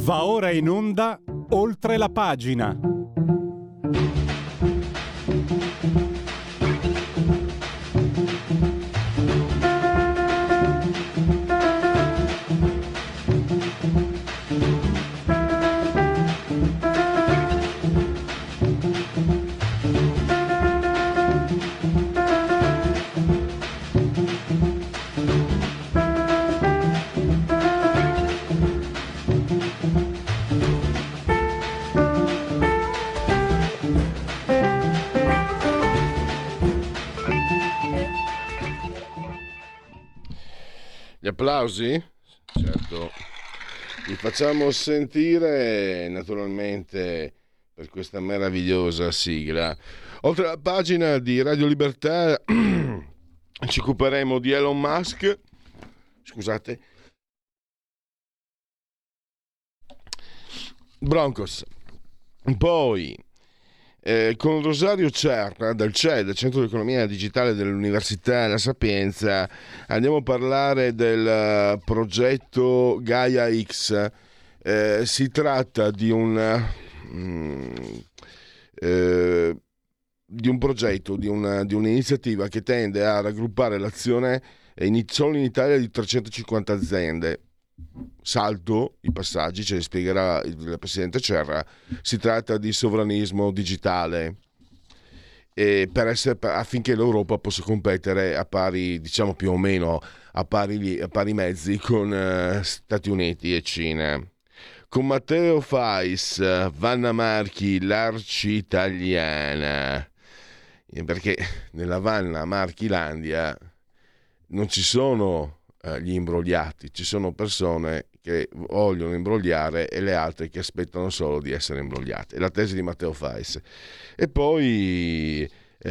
Va ora in onda Oltre la pagina. Gli applausi? Certo, li facciamo sentire naturalmente per questa meravigliosa sigla. Oltre alla pagina di Radio Libertà ci occuperemo di Elon Musk, scusate, Broncos, poi con Rosario Cerna del CED, del Centro di Economia Digitale dell'Università La Sapienza, andiamo a parlare del progetto Gaia X. Si tratta di un progetto, di un'iniziativa che tende a raggruppare l'azione solo in Italia di 350 aziende. Salto i passaggi, ce li spiegherà il presidente Cerra. Si tratta di sovranismo digitale affinché l'Europa possa competere a pari, diciamo più o meno a pari mezzi con Stati Uniti e Cina. Con Matteo Fais, Vanna Marchi, l'Arci italiana, perché nella Vanna Marchilandia non ci sono gli imbrogliati, ci sono persone che vogliono imbrogliare e le altre che aspettano solo di essere imbrogliate. È la tesi di Matteo Fais. E poi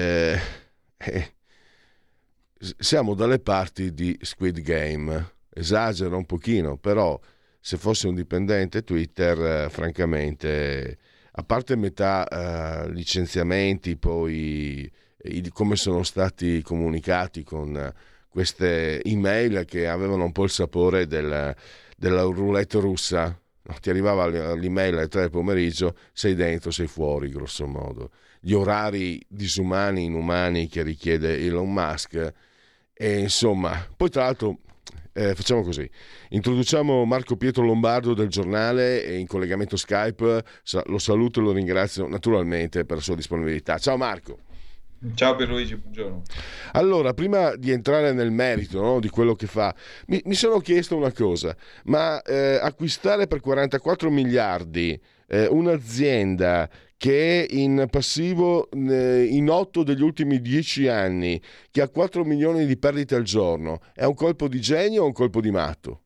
siamo dalle parti di Squid Game. Esagero un pochino, però se fosse un dipendente Twitter, francamente, a parte metà licenziamenti, poi come sono stati comunicati con queste email che avevano un po' il sapore della roulette russa. No, ti arrivava l'email alle 3 del pomeriggio, sei dentro, sei fuori, grosso modo. Gli orari disumani, inumani che richiede Elon Musk. E insomma, poi tra l'altro facciamo così, introduciamo Marco Pietro Lombardo del Giornale in collegamento Skype. Lo saluto e lo ringrazio naturalmente per la sua disponibilità. Ciao Marco. Ciao Pierluigi, buongiorno. Allora, prima di entrare nel merito, no, di quello che fa, mi sono chiesto una cosa, ma acquistare per 44 miliardi un'azienda che è in passivo in 8 degli ultimi 10 anni, che ha 4 milioni di perdite al giorno, è un colpo di genio o un colpo di matto?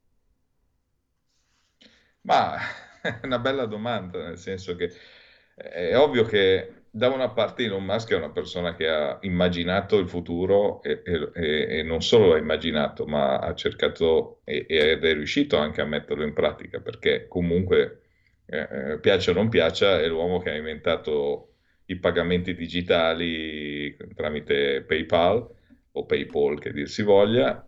Ma è una bella domanda, nel senso che è ovvio che da una parte Elon Musk è una persona che ha immaginato il futuro e non solo l'ha immaginato, ma ha cercato ed è riuscito anche a metterlo in pratica, perché comunque, piaccia o non piaccia, è l'uomo che ha inventato i pagamenti digitali tramite PayPal o PayPal che dir si voglia,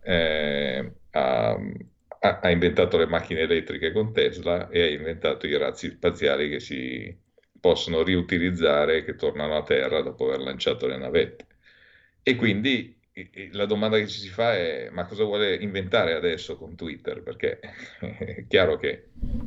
ha inventato le macchine elettriche con Tesla e ha inventato i razzi spaziali che si possono riutilizzare, che tornano a terra dopo aver lanciato le navette. E quindi la domanda che ci si fa è: ma cosa vuole inventare adesso con Twitter? Perché è chiaro che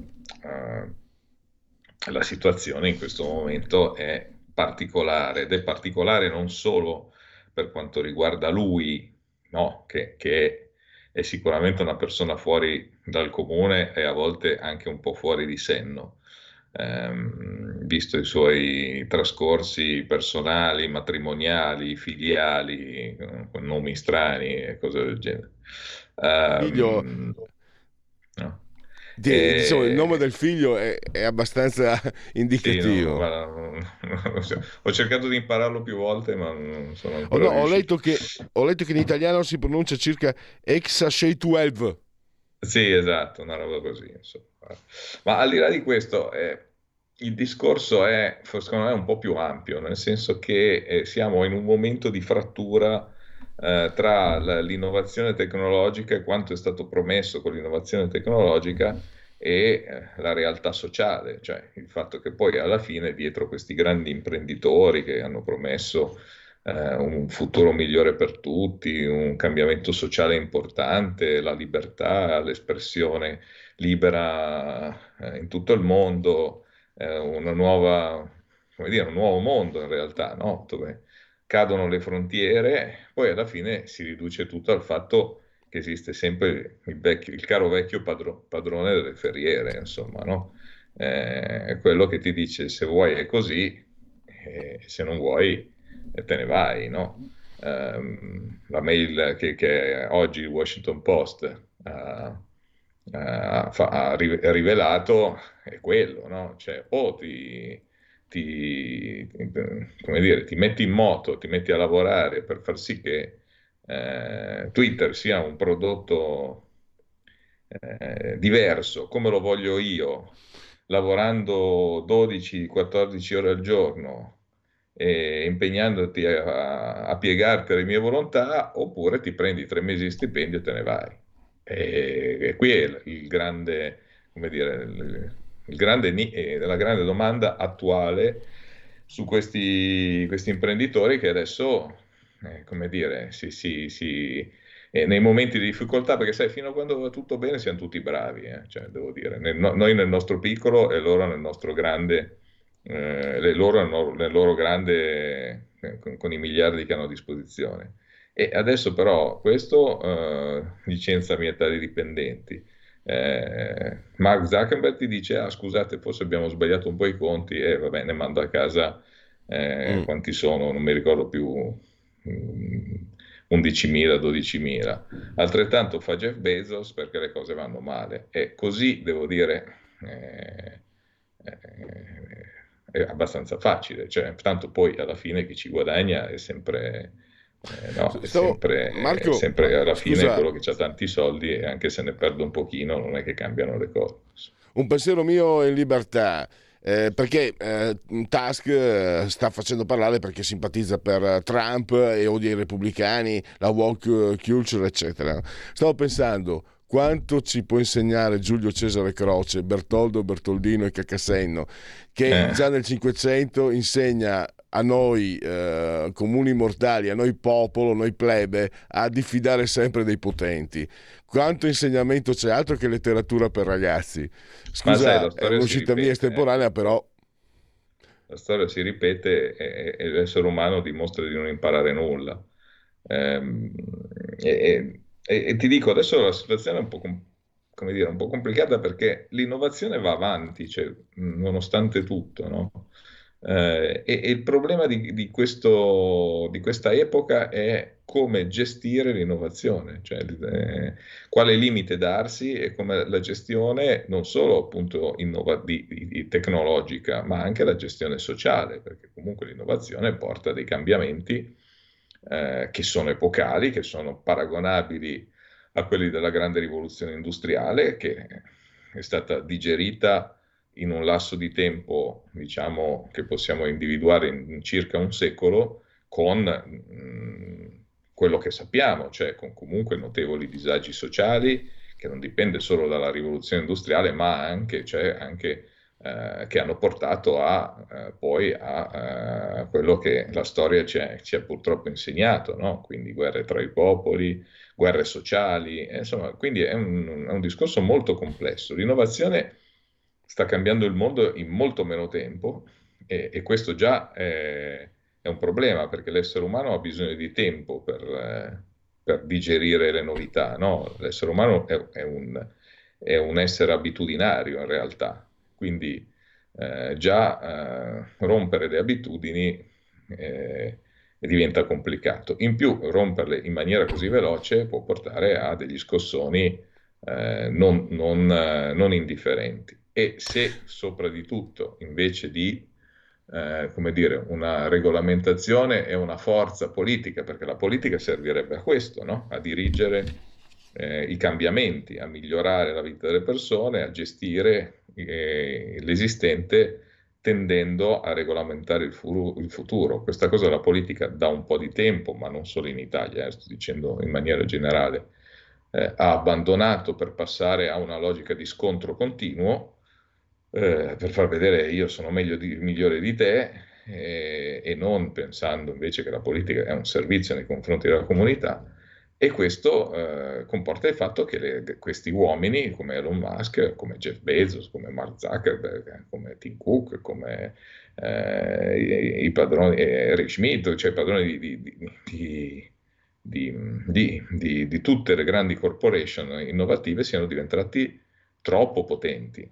la situazione in questo momento è particolare, ed è particolare non solo per quanto riguarda lui, no? Che è sicuramente una persona fuori dal comune e a volte anche un po' fuori di senno, visto i suoi trascorsi personali, matrimoniali, filiali, con nomi strani e cose del genere. Figlio, No. diciamo, il nome del figlio è abbastanza Sì, no, indicativo. guarda, non so. Ho cercato di impararlo più volte, ma non sono Oh ancora no, riuscito. ho letto che in italiano si pronuncia circa Exa612. Sì, esatto, una roba così, insomma. Ma al di là di questo, il discorso è, secondo me, un po' più ampio, nel senso che siamo in un momento di frattura tra l'innovazione tecnologica e quanto è stato promesso con l'innovazione tecnologica la realtà sociale, cioè il fatto che poi alla fine dietro questi grandi imprenditori che hanno promesso un futuro migliore per tutti, un cambiamento sociale importante, la libertà, l'espressione libera in tutto il mondo, una nuova, come dire, un nuovo mondo in realtà, no? Dove cadono le frontiere, poi alla fine si riduce tutto al fatto che esiste sempre il caro vecchio padrone delle ferriere, insomma, no? È quello che ti dice se vuoi è così, se non vuoi te ne vai, no? La mail che oggi il Washington Post ha rivelato è quello, no? Cioè, o come dire, ti metti in moto, ti metti a lavorare per far sì che Twitter sia un prodotto diverso, come lo voglio io, lavorando 12-14 ore al giorno e impegnandoti a piegarti alle mie volontà, oppure ti prendi 3 mesi di stipendio e te ne vai. E qui è il grande, come dire, la grande domanda attuale su questi imprenditori che adesso, come dire, nei momenti di difficoltà, perché sai, fino a quando va tutto bene siamo tutti bravi, cioè, devo dire, noi nel nostro piccolo e loro nel nostro grande, nel loro grande, con i miliardi che hanno a disposizione. E adesso però questo licenzia metà dei dipendenti. Mark Zuckerberg ti dice: Ah, scusate, forse abbiamo sbagliato un po' i conti, e va bene, mando a casa Mm. quanti sono, non mi ricordo più, 11.000, 12.000. Altrettanto fa Jeff Bezos perché le cose vanno male. E così devo dire. È abbastanza facile, cioè, tanto poi alla fine chi ci guadagna è sempre, no, è Marco, sempre alla fine scusa, quello che ha tanti soldi, e anche se ne perde un pochino non è che cambiano le cose. un pensiero mio in libertà. Perché Tusk sta facendo parlare perché simpatizza per Trump e odia i repubblicani, la woke culture, eccetera. Stavo pensando quanto ci può insegnare Giulio Cesare Croce, Bertoldo, Bertoldino e Cacassenno, che Eh, già nel 500 insegna a noi comuni mortali, a noi popolo, noi plebe, a diffidare sempre dei potenti. Quanto insegnamento c'è, altro che letteratura per ragazzi. ma sai, Scusa, la è storia si un'uscita mia ripete, estemporanea, però la storia si ripete e l'essere umano dimostra di non imparare nulla. Ehm, e ti dico, adesso la situazione è un po', come dire, un po' complicata perché l'innovazione va avanti, cioè, nonostante tutto, no? E il problema di questa epoca è come gestire l'innovazione, cioè quale limite darsi e come la gestione non solo appunto di tecnologica, ma anche la gestione sociale, perché comunque l'innovazione porta dei cambiamenti che sono epocali, che sono paragonabili a quelli della grande rivoluzione industriale, che è stata digerita in un lasso di tempo, diciamo, che possiamo individuare in circa un secolo, con quello che sappiamo, cioè con comunque notevoli disagi sociali, che non dipende solo dalla rivoluzione industriale, ma anche, cioè, anche che hanno portato poi a quello che la storia ci ha purtroppo insegnato, no? Quindi guerre tra i popoli, guerre sociali, insomma, quindi è un discorso molto complesso. L'innovazione sta cambiando il mondo in molto meno tempo e questo già è un problema perché l'essere umano ha bisogno di tempo per digerire le novità, no? L'essere umano è un essere abitudinario in realtà, quindi già rompere le abitudini diventa complicato. In più, romperle in maniera così veloce può portare a degli scossoni non indifferenti. E se sopra di tutto, invece di come dire, una regolamentazione e una forza politica, perché la politica servirebbe a questo, no? A dirigere i cambiamenti, a migliorare la vita delle persone, a gestire l'esistente tendendo a regolamentare il futuro. Questa cosa la politica da un po' di tempo, ma non solo in Italia, sto dicendo in maniera generale, ha abbandonato per passare a una logica di scontro continuo, per far vedere io sono migliore di te, e non pensando invece che la politica è un servizio nei confronti della comunità. E questo comporta il fatto che questi uomini come Elon Musk, come Jeff Bezos, come Mark Zuckerberg, come Tim Cook, come i padroni, Eric Schmidt, cioè i padroni di tutte le grandi corporation innovative, siano diventati troppo potenti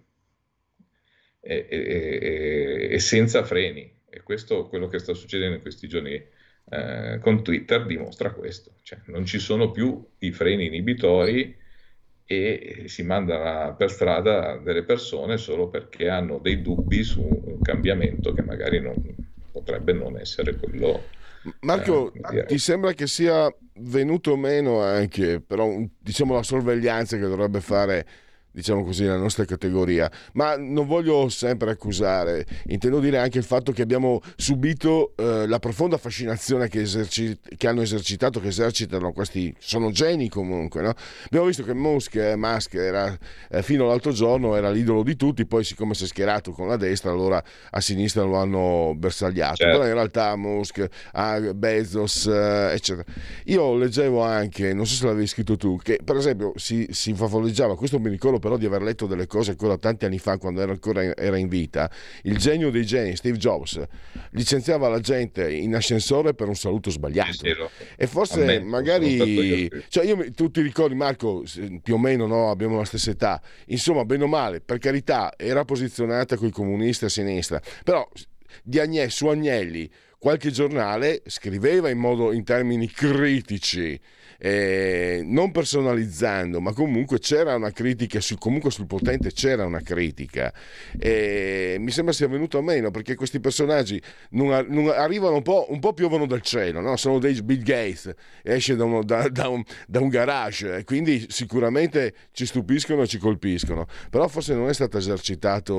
e senza freni. E questo, quello che sta succedendo in questi giorni con Twitter, dimostra questo. Cioè, non ci sono più i freni inibitori e si mandano per strada delle persone solo perché hanno dei dubbi su un cambiamento che magari potrebbe non essere quello. Marco, ti sembra che sia venuto meno anche, però, diciamo, la sorveglianza che dovrebbe fare, diciamo così, la nostra categoria? Ma non voglio sempre accusare, intendo dire anche il fatto che abbiamo subito la profonda fascinazione che hanno esercitato, che esercitano questi, sono geni comunque, no? Abbiamo visto che Musk era fino all'altro giorno era l'idolo di tutti, poi siccome si è schierato con la destra, allora a sinistra lo hanno bersagliato. Certo. Però in realtà Musk, Bezos, eccetera. Io leggevo anche, non so se l'avevi scritto tu, che per esempio si favoleggiava, questo mi ricordo però di aver letto delle cose ancora tanti anni fa, quando era in vita, il genio dei geni, Steve Jobs, licenziava la gente in ascensore per un saluto sbagliato. Sì, e forse magari, cioè tu ti ricordi, Marco, più o meno, no, abbiamo la stessa età, insomma, bene o male, per carità, era posizionata coi comunisti a sinistra, però su Agnelli qualche giornale scriveva in termini critici, non personalizzando, ma comunque c'era una critica, comunque sul potente c'era una critica, mi sembra sia venuto a meno, perché questi personaggi non arrivano un po' piovono dal cielo, no? Sono dei Bill Gates, esce da un garage, e quindi sicuramente ci stupiscono e ci colpiscono, però forse non è stato esercitato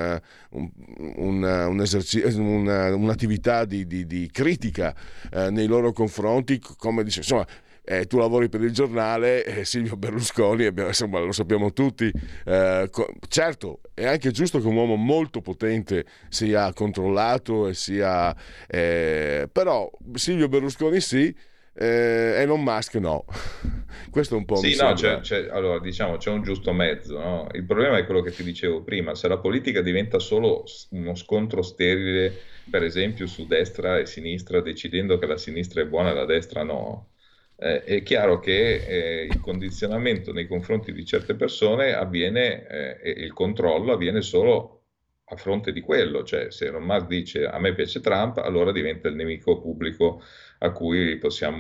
un'attività di critica nei loro confronti, come dice, insomma. Tu lavori per il giornale, Silvio Berlusconi, insomma, lo sappiamo tutti, certo è anche giusto che un uomo molto potente sia controllato e sia, però Silvio Berlusconi sì, Elon Musk no. Questo è un po' sì, mi no, sembra. allora diciamo c'è un giusto mezzo, no? Il problema è quello che ti dicevo prima: se la politica diventa solo uno scontro sterile, per esempio su destra e sinistra, decidendo che la sinistra è buona e la destra no, è chiaro che il condizionamento nei confronti di certe persone avviene, e il controllo avviene solo a fronte di quello. Cioè, se Elon Musk dice a me piace Trump, allora diventa il nemico pubblico a cui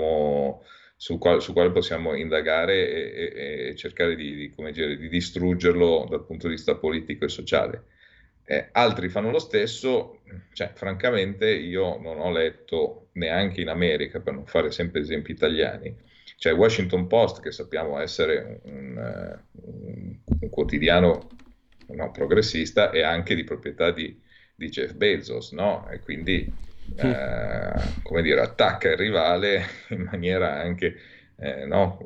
sul quale possiamo indagare e cercare come dire, di distruggerlo dal punto di vista politico e sociale. Altri fanno lo stesso. Cioè, francamente io non ho letto neanche in America, per non fare sempre esempi italiani, cioè Washington Post, che sappiamo essere un quotidiano, no, progressista, e anche di proprietà di Jeff Bezos, no? E quindi come dire, attacca il rivale in maniera anche no,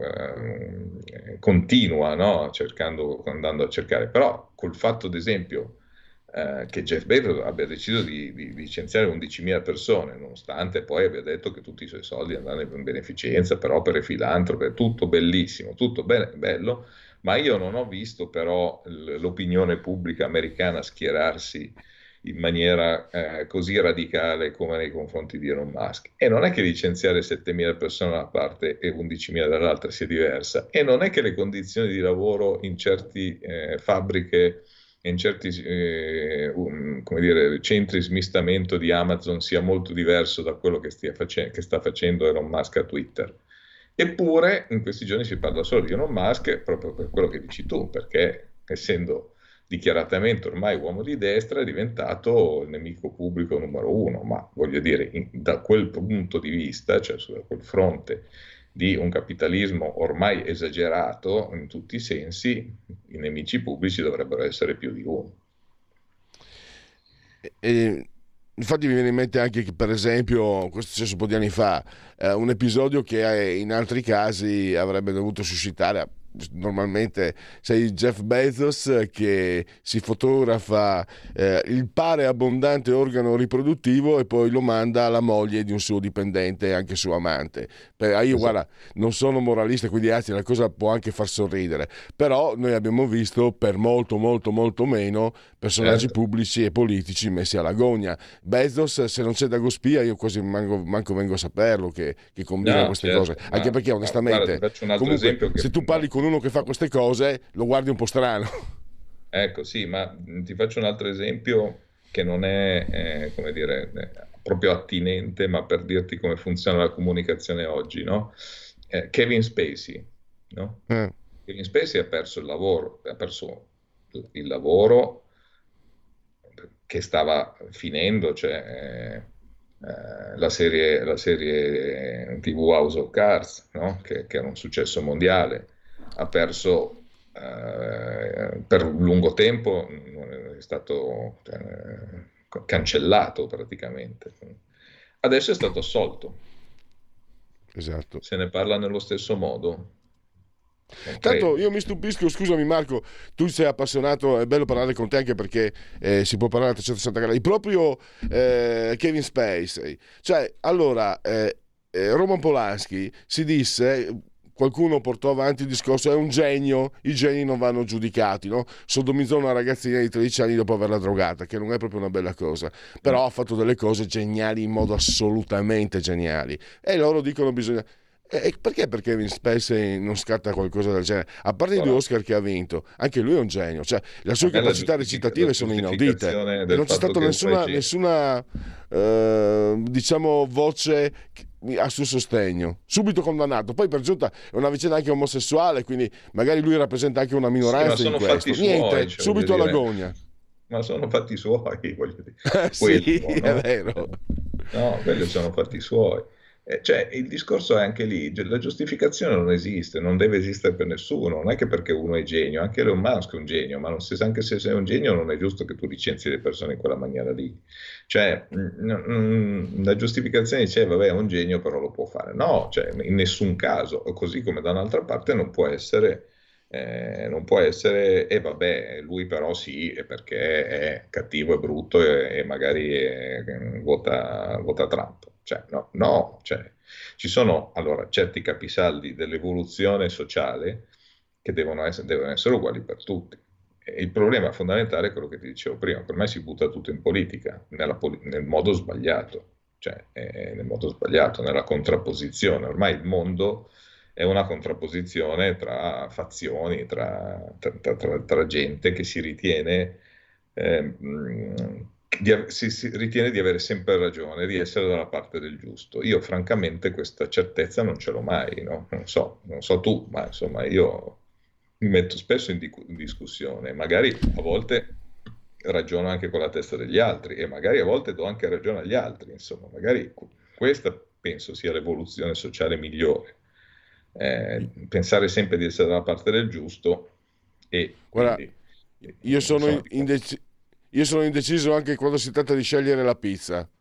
continua, no? Andando a cercare. Però col fatto, ad esempio, che Jeff Bezos abbia deciso di licenziare 11.000 persone, nonostante poi abbia detto che tutti i suoi soldi andranno in beneficenza per opere filantrope, tutto bellissimo, tutto bello, ma io non ho visto però l'opinione pubblica americana schierarsi in maniera così radicale come nei confronti di Elon Musk. E non è che licenziare 7.000 persone da una parte e 11.000 dall'altra sia diversa, e non è che le condizioni di lavoro in certe fabbriche, in certi come dire, centri smistamento di Amazon sia molto diverso da quello che sta facendo Elon Musk a Twitter. Eppure in questi giorni si parla solo di Elon Musk, proprio per quello che dici tu, perché essendo dichiaratamente ormai uomo di destra è diventato il nemico pubblico numero uno. Ma voglio dire, da quel punto di vista, cioè su quel fronte di un capitalismo ormai esagerato in tutti i sensi, i nemici pubblici dovrebbero essere più di uno. Infatti mi viene in mente anche che, per esempio, questo è successo un po' di anni fa, un episodio che in altri casi avrebbe dovuto suscitare, normalmente sei Jeff Bezos che si fotografa il pare abbondante organo riproduttivo e poi lo manda alla moglie di un suo dipendente e anche suo amante. Io guarda, non sono moralista, quindi anzi la cosa può anche far sorridere, però noi abbiamo visto per molto meno personaggi pubblici e politici messi alla gogna. Bezos, se non c'è Dagospia, io quasi manco vengo a saperlo che combina queste cose, anche perché onestamente faccio un altro comunque esempio se tu parli con uno che fa queste cose lo guardi un po' strano. Ecco, sì, ma ti faccio un altro esempio che non è, come dire, proprio attinente, ma per dirti come funziona la comunicazione oggi, no? Kevin Spacey, no? Kevin Spacey ha perso il lavoro che stava finendo, cioè la serie TV House of Cards, no? Che era un successo mondiale. Ha perso per un lungo tempo, è stato cancellato praticamente. Adesso è stato assolto. Esatto. Se ne parla nello stesso modo. Tanto io mi stupisco, scusami Marco, tu sei appassionato, è bello parlare con te anche perché si può parlare a 360 gradi, proprio Kevin Spacey, cioè allora Roman Polanski si disse, qualcuno portò avanti il discorso, è un genio, i geni non vanno giudicati, no? Sodomizzò una ragazzina di 13 anni dopo averla drogata, che non è proprio una bella cosa, però ha fatto delle cose geniali in modo assolutamente geniali, e loro dicono bisogna... E perché per Kevin Spacey non scatta qualcosa del genere? A parte i 2 Oscar che ha vinto, anche lui è un genio, cioè le sue capacità recitative sono inaudite e non c'è stata nessuna diciamo voce a suo sostegno, subito condannato. Poi per giunta è una vicenda anche omosessuale, quindi magari lui rappresenta anche una minoranza in questo. Niente, subito alla gogna. Ma sono fatti suoi, voglio dire. Sì, no? È vero. No, quelli sono fatti suoi. Cioè, il discorso è anche lì, la giustificazione non esiste, non deve esistere per nessuno, non è che perché uno è genio, anche Elon Musk è un genio, ma anche se sei un genio non è giusto che tu licenzi le persone in quella maniera lì. Cioè, la giustificazione dice, vabbè, è un genio, però lo può fare. No, cioè, in nessun caso, così come da un'altra parte non può essere, e vabbè, lui però sì, è perché è cattivo, è brutto e magari vota Trump. Cioè, no, cioè, ci sono allora certi capisaldi dell'evoluzione sociale che devono essere uguali per tutti. E il problema fondamentale è quello che ti dicevo prima, per me si butta tutto in politica, nel modo sbagliato, cioè nel modo sbagliato, nella contrapposizione. Ormai il mondo è una contrapposizione tra fazioni, tra gente che si ritiene si ritiene di avere sempre ragione, di essere dalla parte del giusto. Io francamente questa certezza non ce l'ho mai, no? Non so tu, ma insomma io mi metto spesso in discussione, magari a volte ragiono anche con la testa degli altri e magari a volte do anche ragione agli altri, insomma, magari questa penso sia l'evoluzione sociale migliore. Pensare sempre di essere dalla parte del giusto e guarda, quindi, io sono indeciso anche quando si tratta di scegliere la pizza.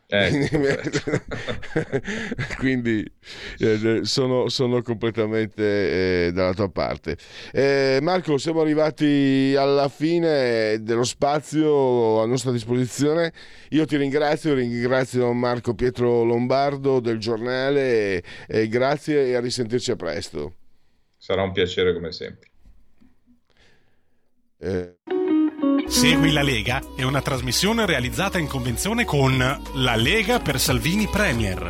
Quindi sono completamente dalla tua parte. Marco, siamo arrivati alla fine dello spazio a nostra disposizione. Io ti ringrazio Marco Pietro Lombardo del Giornale, grazie e a risentirci a presto. Sarà un piacere come sempre. Segui la Lega è una trasmissione realizzata in convenzione con La Lega per Salvini Premier.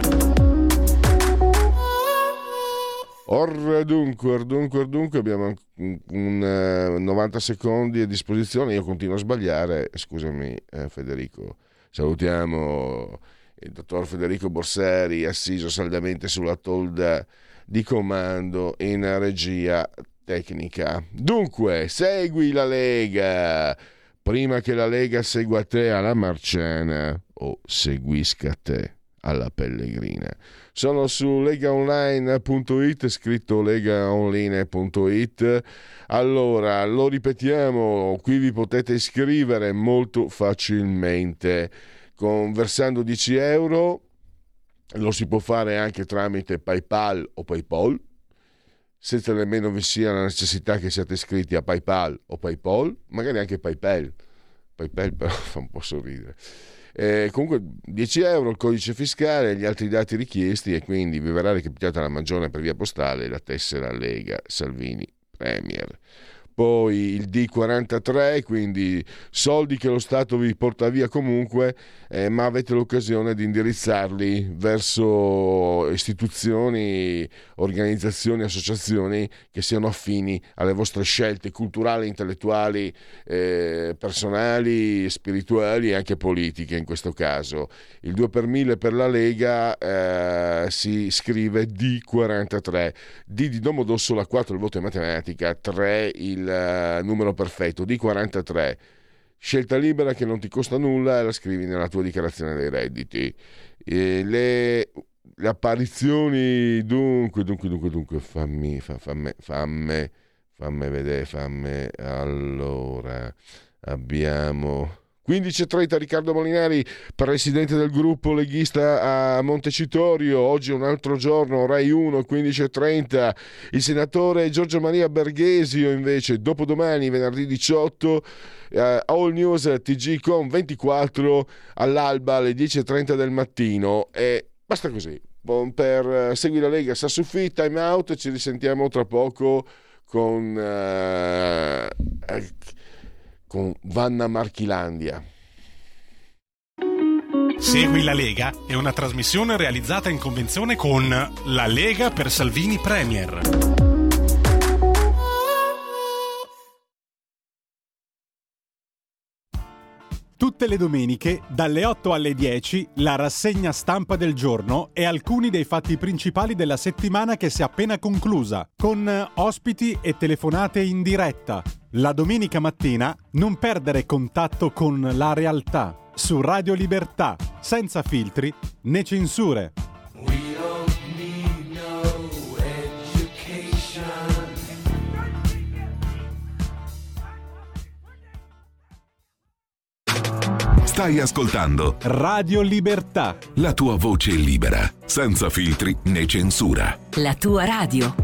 Dunque abbiamo un 90 secondi a disposizione. Io continuo a sbagliare, scusami Federico. Salutiamo il dottor Federico Borseri, assiso saldamente sulla tolda di comando in regia tecnica. Dunque, segui la Lega prima che la Lega segua te alla Marciana o seguisca te alla Pellegrina. Sono su legaonline.it, scritto legaonline.it. Allora, lo ripetiamo, qui vi potete iscrivere molto facilmente versando 10 euro. Lo si può fare anche tramite PayPal o PayPal. senza nemmeno vi sia la necessità che siate iscritti a PayPal o PayPal, magari anche PayPal però fa un po' sorridere. Comunque 10 euro il codice fiscale e gli altri dati richiesti, e quindi vi verrà recapitata la mangione per via postale, la tessera Lega Salvini Premier. Poi il D43, quindi soldi che lo Stato vi porta via comunque, ma avete l'occasione di indirizzarli verso istituzioni, organizzazioni, associazioni che siano affini alle vostre scelte culturali, intellettuali, personali, spirituali e anche politiche in questo caso. Il 2 per 1000 per la Lega si scrive D43, D di Domodossola, 4 il voto in matematica, 3 il numero perfetto, D43, scelta libera che non ti costa nulla e la scrivi nella tua dichiarazione dei redditi. Le apparizioni dunque fammi vedere, allora abbiamo 15.30 Riccardo Molinari, presidente del gruppo leghista a Montecitorio. Oggi è un altro giorno, Rai 1, 15.30. Il senatore Giorgio Maria Berghesio invece dopodomani, venerdì 18, All News TG con 24 all'alba alle 10.30 del mattino. E basta così. Per Segui la Lega, Sassuffi, time out, ci risentiamo tra poco con Vanna Marchilandia. Segui la Lega è una trasmissione realizzata in convenzione con La Lega per Salvini Premier. Tutte le domeniche, dalle 8 alle 10, la rassegna stampa del giorno e alcuni dei fatti principali della settimana che si è appena conclusa, con ospiti e telefonate in diretta. La domenica mattina non perdere contatto con la realtà su Radio Libertà, senza filtri né censure. Stai ascoltando Radio Libertà, la tua voce libera, senza filtri né censura. La tua radio.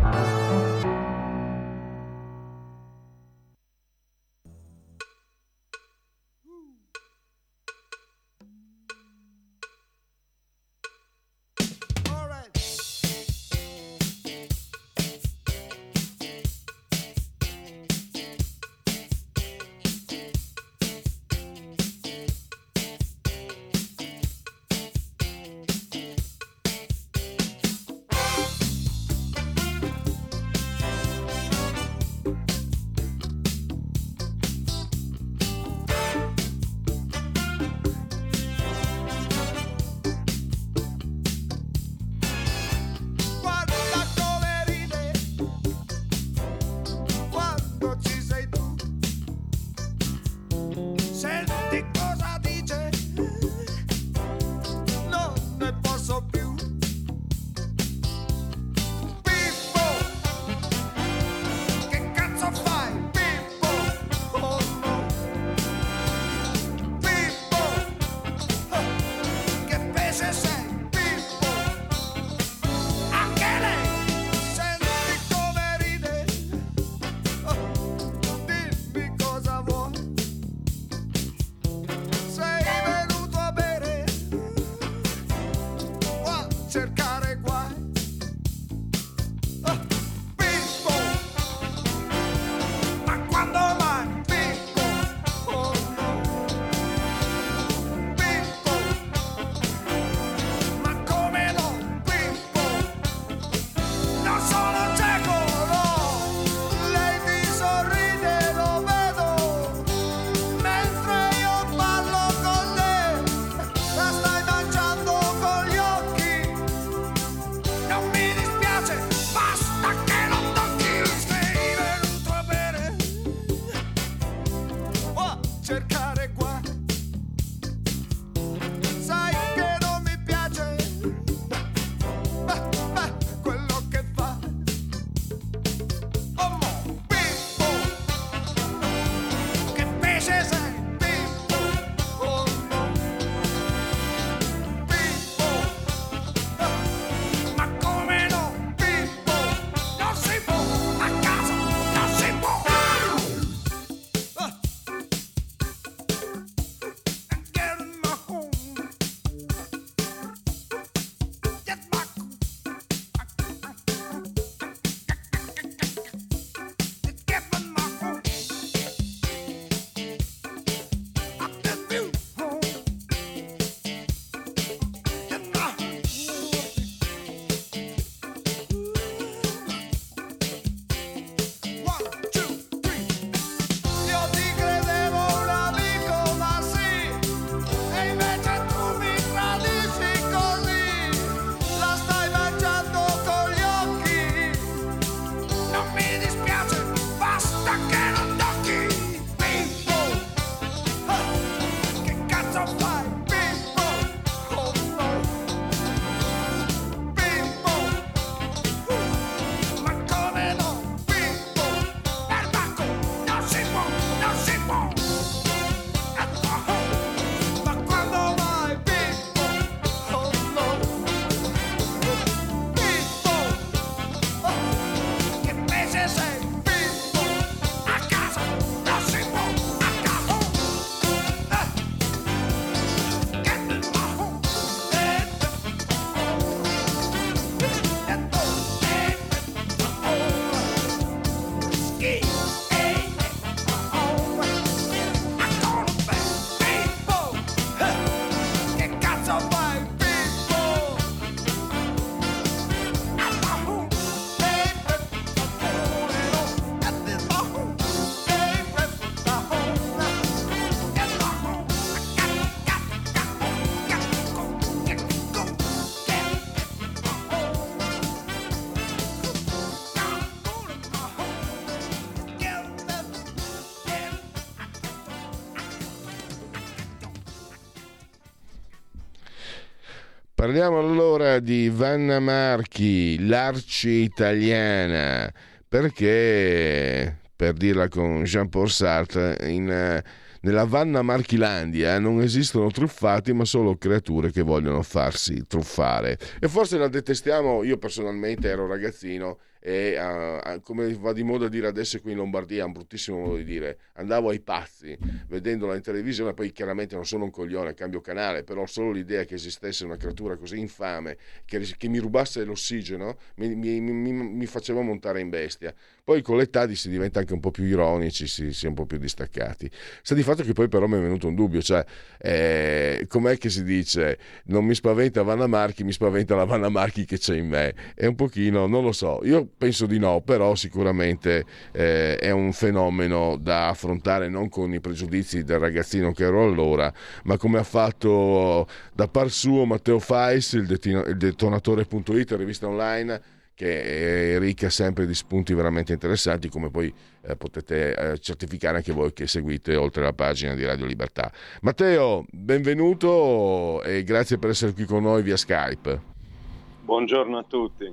Parliamo allora di Vanna Marchi, l'arci italiana, perché, per dirla con Jean-Paul Sartre, nella Vanna Marchilandia non esistono truffati, ma solo creature che vogliono farsi truffare. E forse la detestiamo. Io personalmente ero ragazzino e come va di moda dire adesso qui in Lombardia, è un bruttissimo modo di dire, andavo ai pazzi vedendola in televisione. Poi chiaramente non sono un coglione, cambio canale, però solo l'idea che esistesse una creatura così infame che mi rubasse l'ossigeno mi faceva montare in bestia. Poi con l'età si diventa anche un po' più ironici, si è un po' più distaccati. Sta di fatto che poi però mi è venuto un dubbio, cioè com'è che si dice, non mi spaventa Vanna Marchi, mi spaventa la Vanna Marchi che c'è in me. È un pochino, non lo so, io penso di no, però sicuramente è un fenomeno da affrontare non con i pregiudizi del ragazzino che ero allora, ma come ha fatto da par suo Matteo Fais, il detonatore.it, rivista online, che è ricca sempre di spunti veramente interessanti, come poi potete certificare anche voi che seguite oltre la pagina di Radio Libertà. Matteo, benvenuto e grazie per essere qui con noi via Skype. Buongiorno a tutti.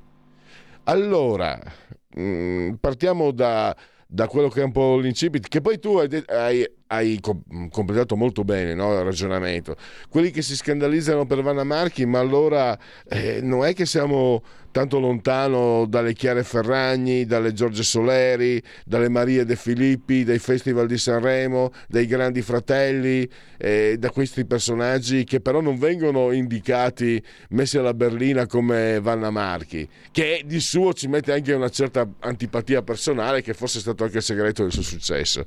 Allora, partiamo da quello che è un po' l'incipit, che poi tu hai completato molto bene, no, il ragionamento. Quelli che si scandalizzano per Vanna Marchi, ma allora non è che siamo tanto lontano dalle Chiare Ferragni, dalle Giorge Soleri, dalle Marie De Filippi, dai Festival di Sanremo, dai Grandi Fratelli, da questi personaggi che però non vengono indicati, messi alla berlina come Vanna Marchi, che di suo ci mette anche una certa antipatia personale, che forse è stato anche il segreto del suo successo.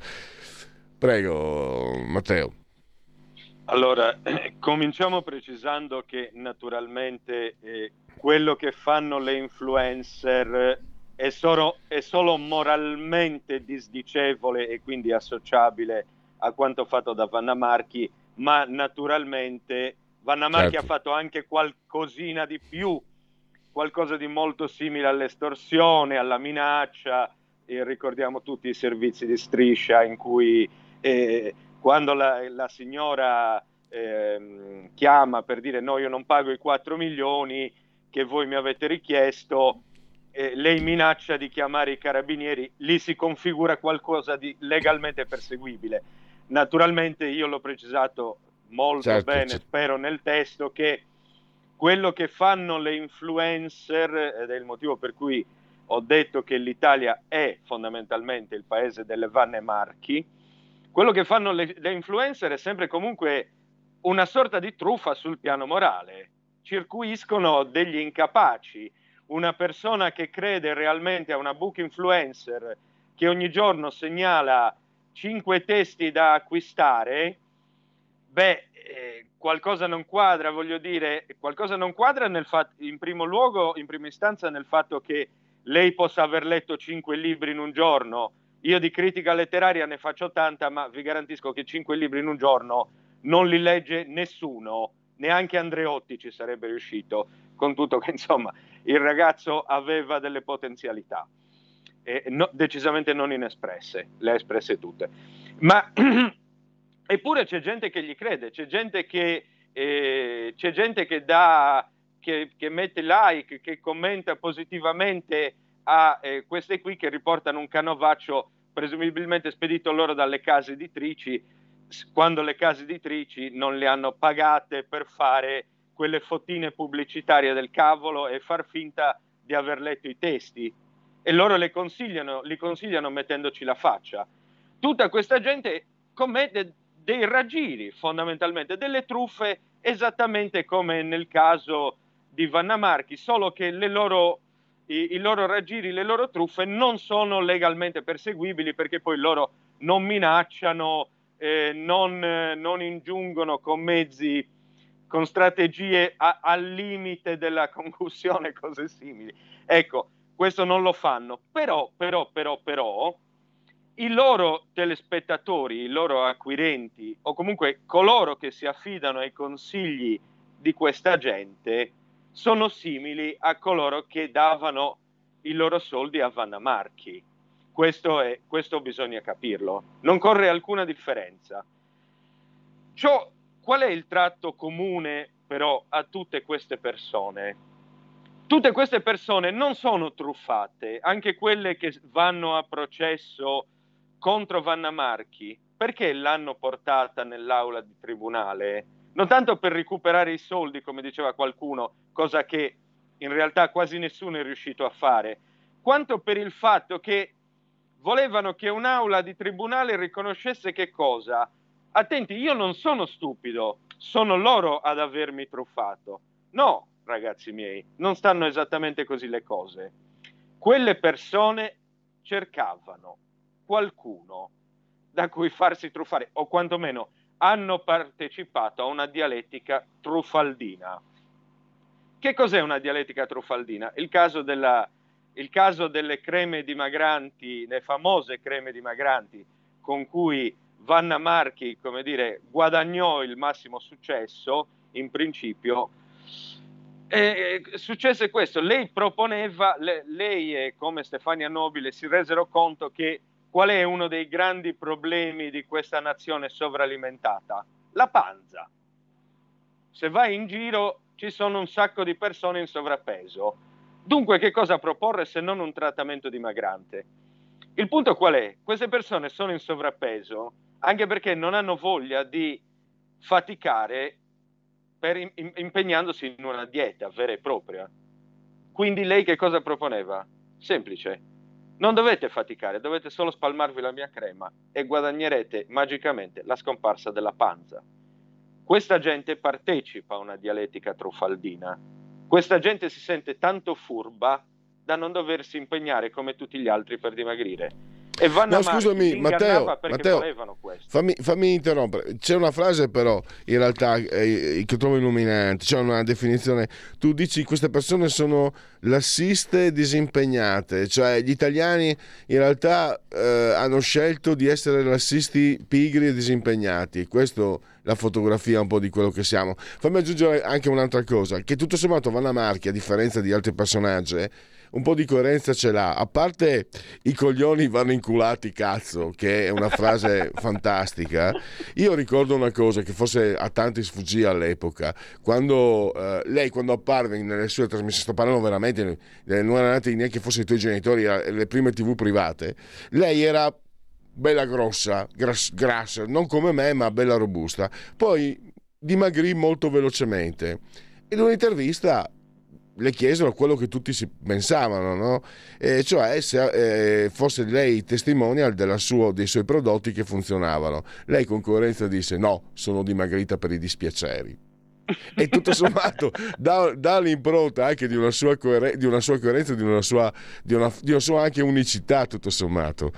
Prego, Matteo. Allora, cominciamo precisando che naturalmente quello che fanno le influencer è solo moralmente disdicevole e quindi associabile a quanto fatto da Vanna Marchi, ma naturalmente Vanna Marchi ha fatto anche qualcosina di più, qualcosa di molto simile all'estorsione, alla minaccia. Ricordiamo tutti i servizi di striscia in cui quando la signora chiama per dire no, io non pago i 4 milioni che voi mi avete richiesto, lei minaccia di chiamare i carabinieri, lì si configura qualcosa di legalmente perseguibile. Naturalmente io l'ho precisato molto bene, spero nel testo, che quello che fanno le influencer, ed è il motivo per cui ho detto che l'Italia è fondamentalmente il paese delle Vanne Marchi, quello che fanno le influencer è sempre comunque una sorta di truffa sul piano morale. Circuiscono degli incapaci. Una persona che crede realmente a una book influencer che ogni giorno segnala 5 testi da acquistare, qualcosa non quadra, voglio dire, qualcosa non quadra in primo luogo, in prima istanza, nel fatto che lei possa aver letto 5 libri in un giorno. Io di critica letteraria ne faccio tanta, ma vi garantisco che 5 libri in un giorno non li legge nessuno, neanche Andreotti ci sarebbe riuscito, con tutto che insomma il ragazzo aveva delle potenzialità, decisamente non inespresse, le ha espresse tutte. Ma eppure c'è gente che gli crede, c'è gente che mette like, che commenta positivamente a queste qui, che riportano un canovaccio presumibilmente spedito loro dalle case editrici, quando le case editrici non le hanno pagate per fare quelle fotine pubblicitarie del cavolo e far finta di aver letto i testi, e loro li consigliano mettendoci la faccia. Tutta questa gente commette dei raggiri, fondamentalmente delle truffe, esattamente come nel caso di Vanna Marchi, solo che i loro raggiri, le loro truffe non sono legalmente perseguibili, perché poi loro non minacciano, non ingiungono con mezzi, con strategie al limite della concussione, cose simili. Ecco, questo non lo fanno. Però i loro telespettatori, i loro acquirenti, o comunque coloro che si affidano ai consigli di questa gente, sono simili a coloro che davano i loro soldi a Vanna Marchi. Questo bisogna capirlo. Non corre alcuna differenza. Qual è il tratto comune però a tutte queste persone. Tutte queste persone non sono truffate, anche quelle che vanno a processo contro Vanna Marchi, perché l'hanno portata nell'aula di tribunale? Non tanto per recuperare i soldi, come diceva qualcuno, cosa che in realtà quasi nessuno è riuscito a fare, quanto per il fatto che volevano che un'aula di tribunale riconoscesse che cosa? Attenti, io non sono stupido, sono loro ad avermi truffato. No, ragazzi miei, non stanno esattamente così le cose. Quelle persone cercavano qualcuno da cui farsi truffare, o quantomeno hanno partecipato a una dialettica truffaldina. Che cos'è una dialettica truffaldina? Il caso delle creme dimagranti, le famose creme dimagranti, con cui Vanna Marchi, come dire, guadagnò il massimo successo, in principio. Successe questo, lei proponeva, lei e come Stefania Nobile si resero conto che qual è uno dei grandi problemi di questa nazione sovralimentata? La panza. Se vai in giro ci sono un sacco di persone in sovrappeso. Dunque che cosa proporre se non un trattamento dimagrante? Il punto qual è? Queste persone sono in sovrappeso anche perché non hanno voglia di faticare impegnandosi in una dieta vera e propria. Quindi lei che cosa proponeva? Semplice. Non dovete faticare, dovete solo spalmarvi la mia crema e guadagnerete magicamente la scomparsa della panza. Questa gente partecipa a una dialettica truffaldina. Questa gente si sente tanto furba da non doversi impegnare come tutti gli altri per dimagrire. E Vanna scusami, Matteo, volevano questo. fammi interrompere. C'è una frase però in realtà che trovo illuminante, c'è una definizione. Tu dici queste persone sono lassiste disimpegnate, cioè gli italiani in realtà hanno scelto di essere lassisti pigri e disimpegnati. Questo la fotografia un po' di quello che siamo. Fammi aggiungere anche un'altra cosa, che tutto sommato Vanna Marchi, a differenza di altri personaggi, un po' di coerenza ce l'ha, a parte i coglioni vanno inculati cazzo, che è una frase fantastica. Io ricordo una cosa che forse a tanti sfuggì all'epoca, quando lei quando apparve nelle sue trasmissioni, sto parlando veramente, non erano nati neanche fossero i tuoi genitori, le prime TV private, lei era bella grossa, grassa, non come me ma bella robusta, poi dimagrì molto velocemente. In un'intervista le chiesero quello che tutti si pensavano, no? Cioè se fosse lei testimonial dei suoi prodotti che funzionavano. Lei con coerenza disse no, sono dimagrita per i dispiaceri. E tutto sommato dà l'impronta anche di una sua coerenza, di una sua anche unicità, tutto sommato.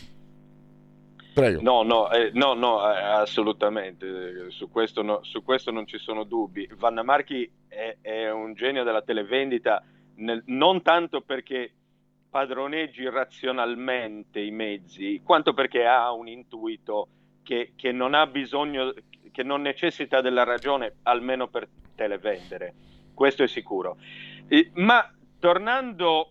Prego. No, assolutamente, su questo non ci sono dubbi. Vanna Marchi è un genio della televendita, non tanto perché padroneggi razionalmente i mezzi, quanto perché ha un intuito che non ha bisogno, che non necessita della ragione, almeno per televendere. Questo è sicuro. Ma tornando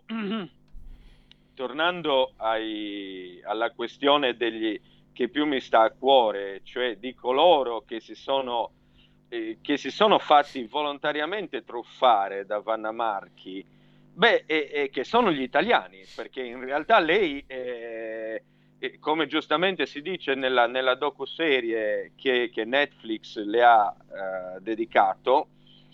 alla questione che più mi sta a cuore, cioè di coloro che si sono fatti volontariamente truffare da Vanna Marchi, che sono gli italiani, perché in realtà lei, come giustamente si dice nella docuserie che Netflix le ha dedicato,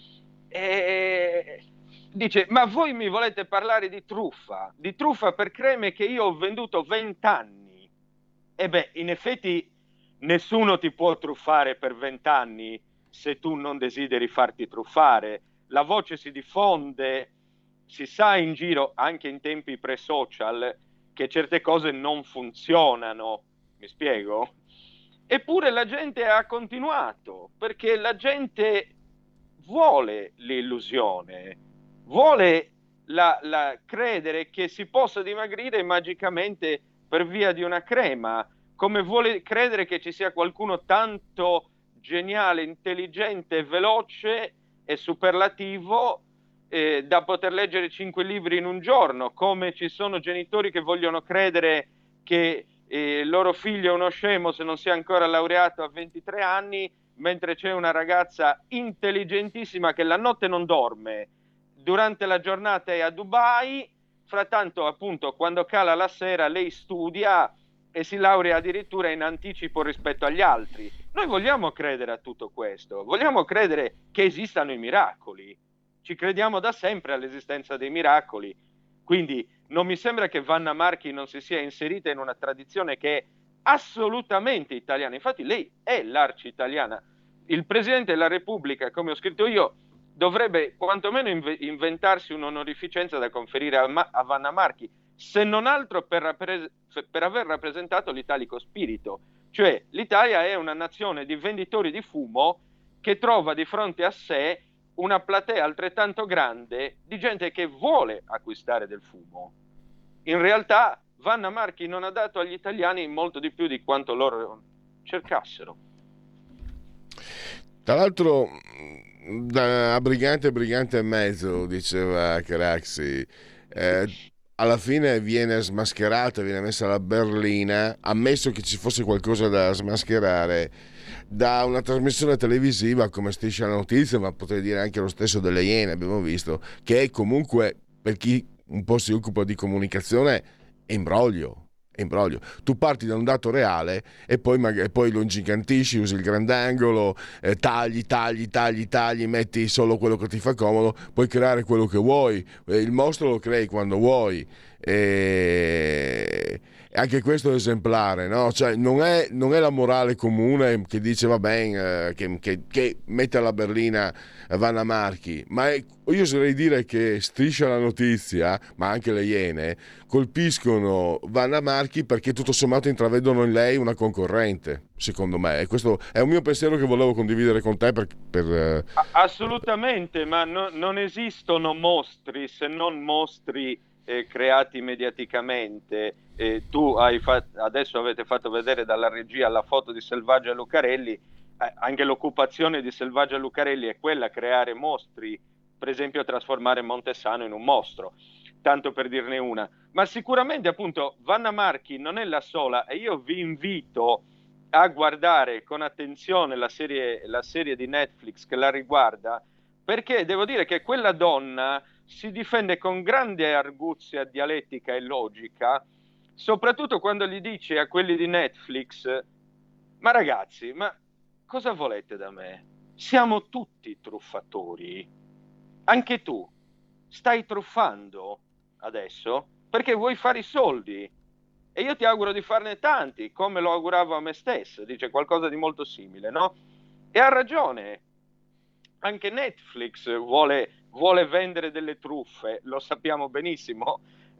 dice: ma voi mi volete parlare di truffa per creme che io ho venduto 20 anni? In effetti nessuno ti può truffare per 20 anni se tu non desideri farti truffare. La voce si diffonde, si sa in giro, anche in tempi pre-social, che certe cose non funzionano. Mi spiego? Eppure la gente ha continuato, perché la gente vuole l'illusione, vuole credere che si possa dimagrire magicamente per via di una crema, come vuole credere che ci sia qualcuno tanto geniale, intelligente, veloce e superlativo da poter leggere 5 libri in un giorno, come ci sono genitori che vogliono credere che il loro figlio è uno scemo se non si è ancora laureato a 23 anni mentre c'è una ragazza intelligentissima che la notte non dorme, durante la giornata è a Dubai, frattanto appunto quando cala la sera lei studia e si laurea addirittura in anticipo rispetto agli altri. Noi vogliamo credere a tutto questo, vogliamo credere che esistano i miracoli, ci crediamo da sempre all'esistenza dei miracoli, quindi non mi sembra che Vanna Marchi non si sia inserita in una tradizione che è assolutamente italiana. Infatti lei è l'arci italiana. Il Presidente della Repubblica, come ho scritto io, dovrebbe quantomeno inventarsi un'onorificenza da conferire a Vanna Marchi, se non altro per aver rappresentato l'italico spirito. Cioè l'Italia è una nazione di venditori di fumo che trova di fronte a sé una platea altrettanto grande di gente che vuole acquistare del fumo. In realtà Vanna Marchi non ha dato agli italiani molto di più di quanto loro cercassero. Tra l'altro, da brigante e mezzo, diceva Craxi, alla fine viene smascherata, viene messa la berlina, ammesso che ci fosse qualcosa da smascherare, da una trasmissione televisiva come Striscia la Notizia, ma potrei dire anche lo stesso delle Iene, abbiamo visto, che comunque per chi un po' si occupa di comunicazione è imbroglio. Tu parti da un dato reale e poi lo ingigantisci, usi il grandangolo, tagli, metti solo quello che ti fa comodo, puoi creare quello che vuoi, il mostro lo crei quando vuoi, e anche questo è esemplare, no? Cioè, non è la morale comune che dice va bene, che mette alla berlina Vanna Marchi, ma io oserei dire che Striscia la Notizia, ma anche le Iene, colpiscono Vanna Marchi perché tutto sommato intravedono in lei una concorrente, secondo me, e questo è un mio pensiero che volevo condividere con te Assolutamente, ma non esistono mostri se non mostri creati mediaticamente. Tu adesso avete fatto vedere dalla regia la foto di Selvaggia Lucarelli, anche l'occupazione di Selvaggia Lucarelli è quella, creare mostri, per esempio trasformare Montesano in un mostro, tanto per dirne una. Ma sicuramente appunto Vanna Marchi non è la sola, e io vi invito a guardare con attenzione la serie di Netflix che la riguarda, perché devo dire che quella donna si difende con grande arguzia dialettica e logica, soprattutto quando gli dice a quelli di Netflix: ma ragazzi, ma cosa volete da me? Siamo tutti truffatori. Anche tu stai truffando adesso perché vuoi fare i soldi, e io ti auguro di farne tanti, come lo auguravo a me stesso. Dice qualcosa di molto simile, no? E ha ragione. Anche Netflix vuole vendere delle truffe, lo sappiamo benissimo,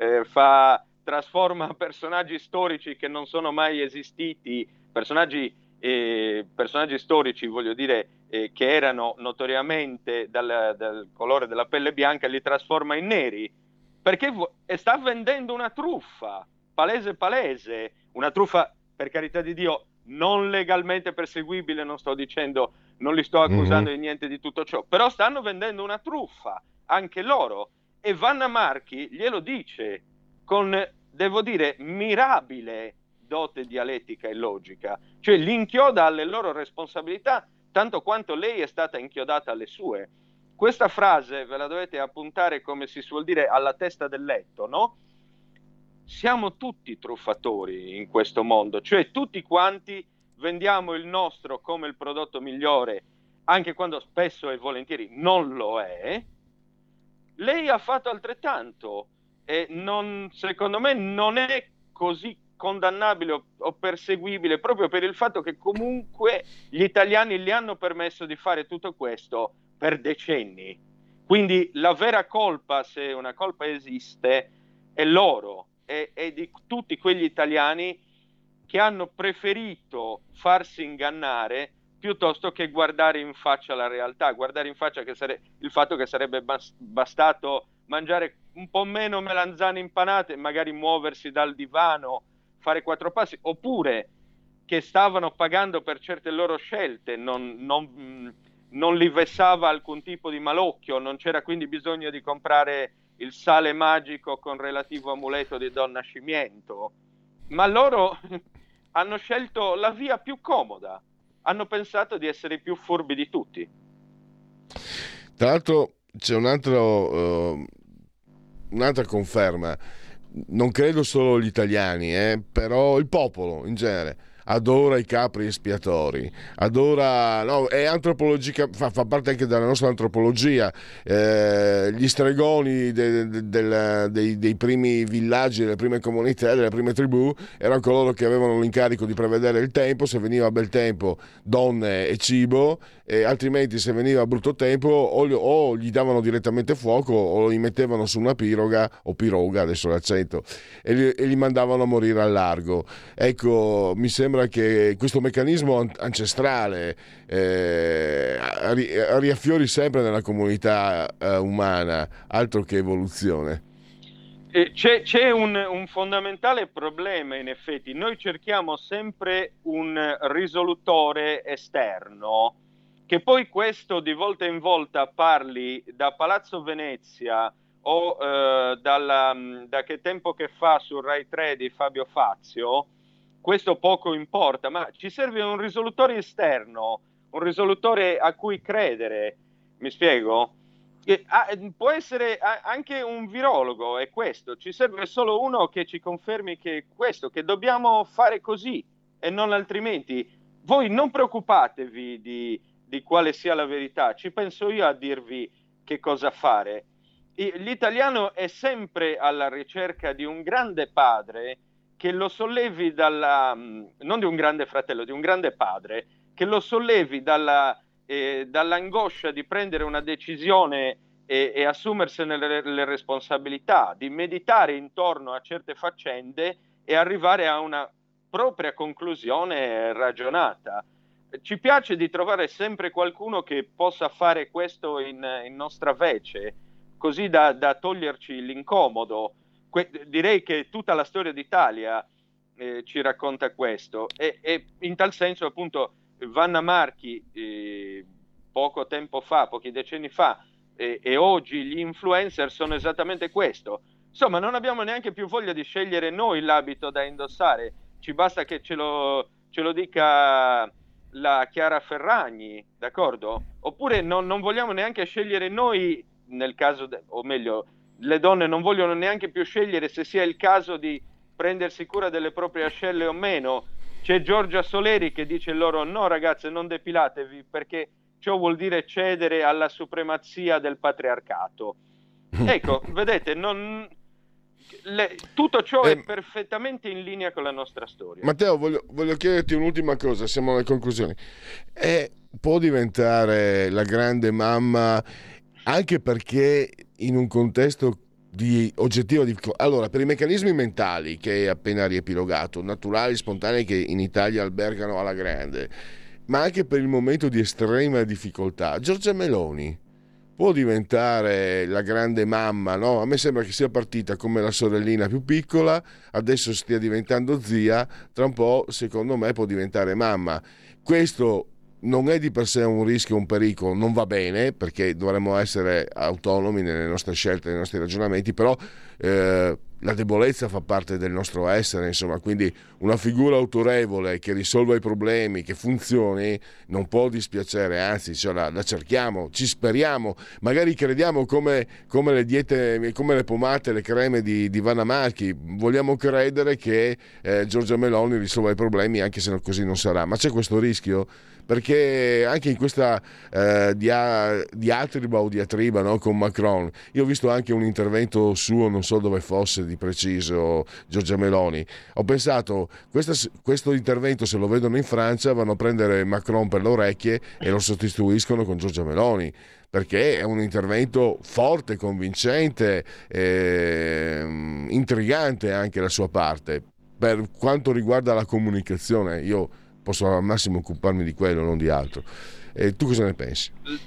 trasforma personaggi storici che non sono mai esistiti, personaggi storici, voglio dire, che erano notoriamente dal colore della pelle bianca, li trasforma in neri, perché sta vendendo una truffa, palese, una truffa, per carità di Dio, non legalmente perseguibile, non li sto accusando di niente di tutto ciò, però stanno vendendo una truffa, anche loro, e Vanna Marchi glielo dice con, devo dire, mirabile dote dialettica e logica, cioè li inchioda alle loro responsabilità tanto quanto lei è stata inchiodata alle sue. Questa frase ve la dovete appuntare, come si suol dire, alla testa del letto, no? Siamo tutti truffatori in questo mondo, cioè tutti quanti vendiamo il nostro come il prodotto migliore, anche quando spesso e volentieri non lo è. Lei ha fatto altrettanto e secondo me non è così condannabile o perseguibile, proprio per il fatto che comunque gli italiani gli hanno permesso di fare tutto questo per decenni. Quindi la vera colpa, se una colpa esiste, è loro, è di tutti quegli italiani che hanno preferito farsi ingannare piuttosto che guardare in faccia la realtà, guardare in faccia il fatto che sarebbe bastato mangiare un po' meno melanzane impanate, magari muoversi dal divano, fare 4 passi, oppure che stavano pagando per certe loro scelte, non li vessava alcun tipo di malocchio, non c'era quindi bisogno di comprare il sale magico con relativo amuleto di Don Nascimento, ma loro hanno scelto la via più comoda, hanno pensato di essere i più furbi di tutti. Tra l'altro c'è un'altra conferma, non credo solo gli italiani, però il popolo in genere adora i capri espiatori, adora, no, è antropologica, fa parte anche della nostra antropologia. Gli stregoni dei primi villaggi, delle prime comunità, delle prime tribù erano coloro che avevano l'incarico di prevedere il tempo, se veniva bel tempo donne e cibo, e altrimenti se veniva brutto tempo o gli davano direttamente fuoco o li mettevano su una piroga o piroga, adesso l'accento, e li mandavano a morire al largo. Ecco, mi sembra che questo meccanismo ancestrale riaffiori sempre nella comunità umana, altro che evoluzione. C'è un fondamentale problema, in effetti. Noi cerchiamo sempre un risolutore esterno, che poi questo di volta in volta parli da Palazzo Venezia o da Che tempo che fa su Rai 3 di Fabio Fazio. Questo poco importa, ma ci serve un risolutore esterno, un risolutore a cui credere, mi spiego? Può essere anche un virologo, è questo, ci serve solo uno che ci confermi che dobbiamo fare così e non altrimenti. Voi non preoccupatevi di quale sia la verità, ci penso io a dirvi che cosa fare. L'italiano è sempre alla ricerca di un grande padre che lo sollevi non di un grande fratello, di un grande padre, che lo sollevi dall'angoscia di prendere una decisione e assumersene le responsabilità, di meditare intorno a certe faccende e arrivare a una propria conclusione ragionata. Ci piace di trovare sempre qualcuno che possa fare questo in nostra vece, così da toglierci l'incomodo. Direi che tutta la storia d'Italia ci racconta questo e in tal senso appunto Vanna Marchi poco tempo fa, pochi decenni fa e oggi gli influencer sono esattamente questo. Insomma, non abbiamo neanche più voglia di scegliere noi l'abito da indossare, ci basta che ce lo dica la Chiara Ferragni, d'accordo? Oppure non vogliamo neanche scegliere noi, nel caso o meglio, le donne non vogliono neanche più scegliere se sia il caso di prendersi cura delle proprie ascelle o meno. C'è Giorgia Soleri che dice loro: no ragazze, non depilatevi perché ciò vuol dire cedere alla supremazia del patriarcato. Ecco, vedete, tutto ciò è perfettamente in linea con la nostra storia. Matteo, voglio chiederti un'ultima cosa, siamo alle conclusioni. Può diventare la grande mamma anche perché in un contesto di oggettiva difficoltà. Allora, per i meccanismi mentali che hai appena riepilogato, naturali, spontanei, che in Italia albergano alla grande, ma anche per il momento di estrema difficoltà, Giorgia Meloni può diventare la grande mamma, no? A me sembra che sia partita come la sorellina più piccola, adesso stia diventando zia, tra un po' secondo me può diventare mamma. Questo non è di per sé un rischio, un pericolo, non va bene perché dovremmo essere autonomi nelle nostre scelte, nei nostri ragionamenti, però la debolezza fa parte del nostro essere, insomma, quindi una figura autorevole che risolva i problemi, che funzioni, non può dispiacere, anzi la cerchiamo, ci speriamo, magari crediamo come le diete, come le pomate, le creme di Vanna Marchi, vogliamo credere che Giorgia Meloni risolva i problemi anche se così non sarà, ma c'è questo rischio? Perché anche in questa diatriba o diatriba, no, con Macron, io ho visto anche un intervento suo, non so dove fosse di preciso, Giorgia Meloni, ho pensato questo intervento se lo vedono in Francia vanno a prendere Macron per le orecchie e lo sostituiscono con Giorgia Meloni, perché è un intervento forte, convincente, intrigante anche la sua parte. Per quanto riguarda la comunicazione, io posso al massimo occuparmi di quello, non di altro. Tu cosa ne pensi?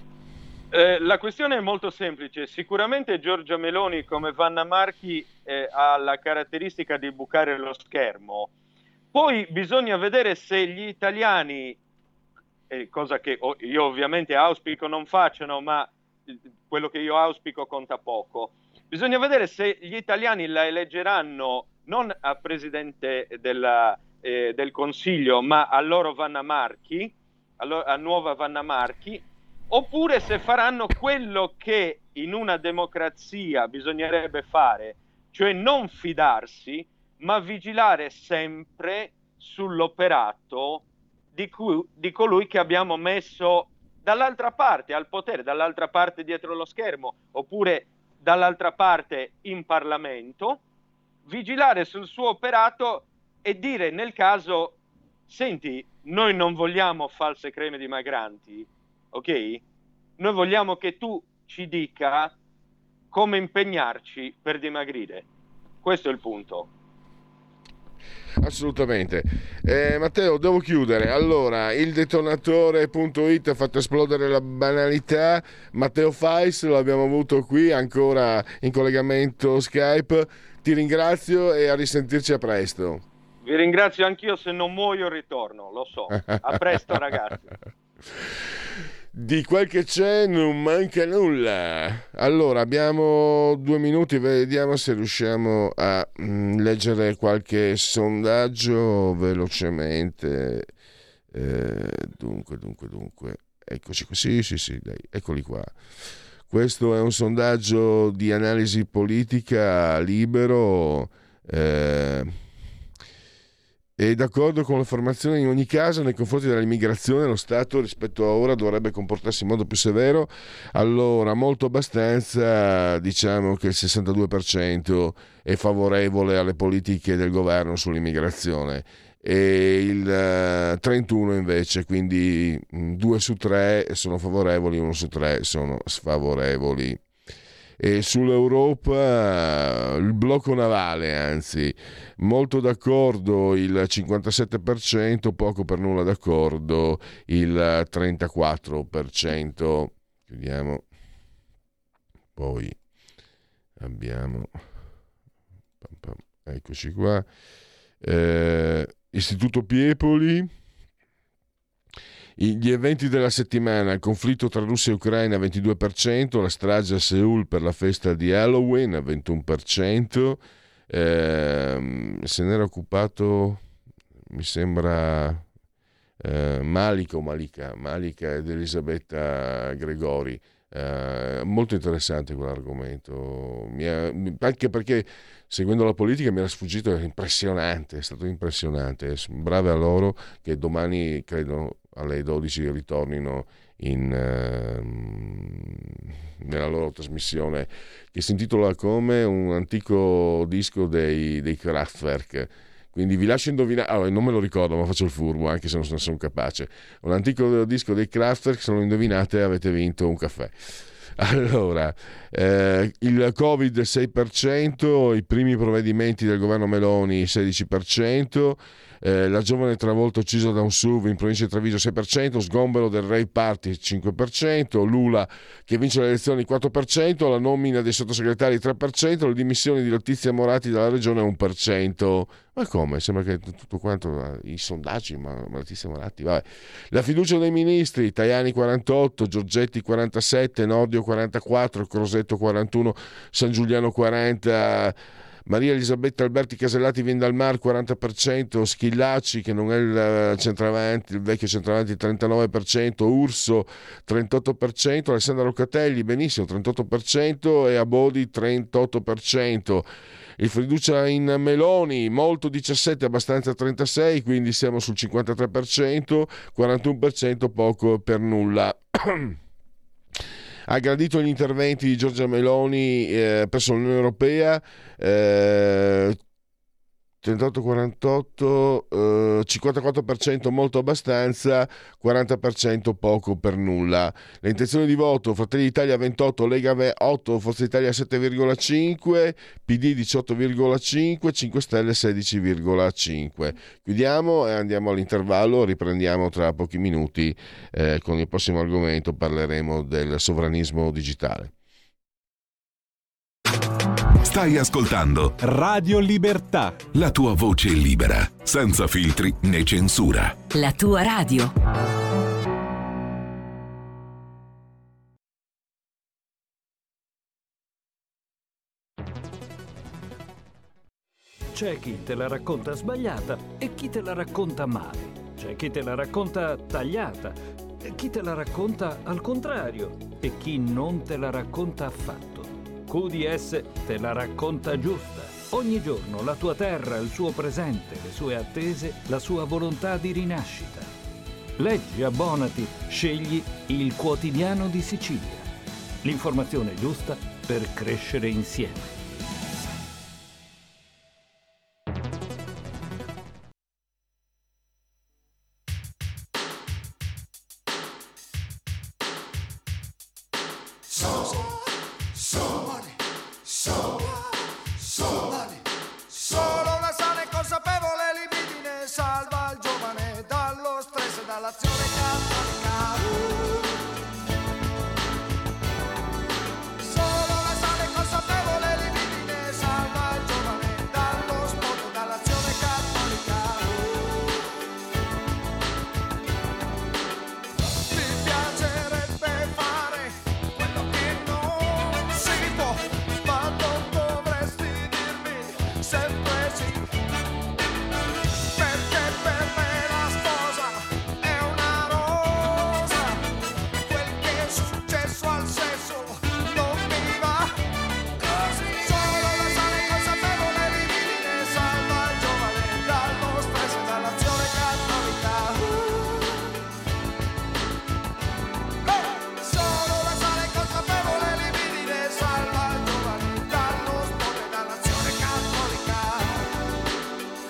La questione è molto semplice. Sicuramente Giorgia Meloni, come Vanna Marchi, ha la caratteristica di bucare lo schermo. Poi bisogna vedere se gli italiani, cosa che io ovviamente auspico non facciano, ma quello che io auspico conta poco. Bisogna vedere se gli italiani la eleggeranno non a presidente del Consiglio, ma a loro Vanna Marchi, a Nuova Vanna Marchi, oppure se faranno quello che in una democrazia bisognerebbe fare, cioè non fidarsi, ma vigilare sempre sull'operato di colui che abbiamo messo dall'altra parte al potere, dall'altra parte dietro lo schermo, oppure dall'altra parte in Parlamento, vigilare sul suo operato e dire nel caso: senti, noi non vogliamo false creme dimagranti, ok? Noi vogliamo che tu ci dica come impegnarci per dimagrire. Questo è il punto. Assolutamente. Matteo, devo chiudere. Allora, il detonatore.it ha fatto esplodere la banalità. Matteo Fais l'abbiamo avuto qui ancora in collegamento Skype. Ti ringrazio e a risentirci a presto. Vi ringrazio anch'io, se non muoio ritorno, lo so. A presto ragazzi. Di quel che c'è non manca nulla. Allora, abbiamo 2 minuti, vediamo se riusciamo a leggere qualche sondaggio velocemente. Dunque. Eccoci qui. Sì, dai, eccoli qua. Questo è un sondaggio di analisi politica Libero. È d'accordo con l'affermazione: in ogni caso nei confronti dell'immigrazione lo Stato rispetto a ora dovrebbe comportarsi in modo più severo. Allora, molto abbastanza, diciamo che il 62% è favorevole alle politiche del governo sull'immigrazione e il 31% invece, quindi 2 su 3 sono favorevoli, 1 su 3 sono sfavorevoli. E sull'Europa il blocco navale, anzi, molto d'accordo il 57%, poco per nulla d'accordo il 34%. Chiudiamo. Poi abbiamo, eccoci qua, Istituto Piepoli. Gli eventi della settimana: il conflitto tra Russia e Ucraina 22%, la strage a Seul per la festa di Halloween 21%, se n'era occupato mi sembra Malika ed Elisabetta Gregori. Molto interessante quell'argomento, anche perché seguendo la politica mi era sfuggito, è stato impressionante. Brave a loro, che domani credo alle 12 ritornino nella loro trasmissione, che si intitola come un antico disco dei Kraftwerk. Quindi vi lascio indovinare, non me lo ricordo, ma faccio il furbo anche se non sono capace. Un antico disco dei Kraftwerk, se lo indovinate avete vinto un caffè. Allora, il Covid 6%, i primi provvedimenti del governo Meloni 16%, la giovane travolta uccisa da un SUV in provincia di Treviso 6%, sgombero del Rave Party 5%, Lula che vince le elezioni 4%, la nomina dei sottosegretari 3%, le dimissioni di Letizia Moratti dalla regione 1%. Ma come? Sembra che tutto quanto i sondaggi, ma Letizia Moratti, vabbè. La fiducia dei ministri: Tajani 48, Giorgetti 47, Nordio 44, Crosetto 41, San Giuliano 40, Maria Elisabetta Alberti Casellati viene dal Mar 40%, Schillaci che non è il centravanti, il vecchio centravanti 39%, Urso 38%, Alessandra Locatelli benissimo 38% e Abodi 38%. Il fiducia in Meloni molto 17, abbastanza 36, quindi siamo sul 53%, 41% poco per nulla. Ha gradito gli interventi di Giorgia Meloni presso l'Unione Europea, 38-48, 54% molto abbastanza, 40% poco per nulla. Le intenzioni di voto: Fratelli d'Italia 28, Lega 8, Forza Italia 7,5, PD 18,5, 5 Stelle 16,5. Chiudiamo e andiamo all'intervallo, riprendiamo tra pochi minuti con il prossimo argomento, parleremo del sovranismo digitale. Stai ascoltando Radio Libertà, la tua voce libera, senza filtri né censura. La tua radio. C'è chi te la racconta sbagliata e chi te la racconta male. C'è chi te la racconta tagliata, chi te la racconta al contrario e chi non te la racconta affatto. QDS te la racconta giusta. Ogni giorno la tua terra, il suo presente, le sue attese, la sua volontà di rinascita. Leggi, abbonati, scegli il Quotidiano di Sicilia. L'informazione giusta per crescere insieme. Solo una sana e consapevole libidine salva il giovane dallo stress e dall'azione cattolica. Solo una sana e consapevole libidine salva il giovane dallo sport e dall'azione cattolica. Mi piacerebbe fare quello che non si può, ma non dovresti dirmi sempre sì, perché per me la sposa è una rosa, quel che è successo al sesso non mi va così. Solo la sana e consapevole libidine salva il giovane dallo stress e dall'azione cattolica. Solo la sana e consapevole libidine salva il giovane dallo sport e dall'azione cattolica.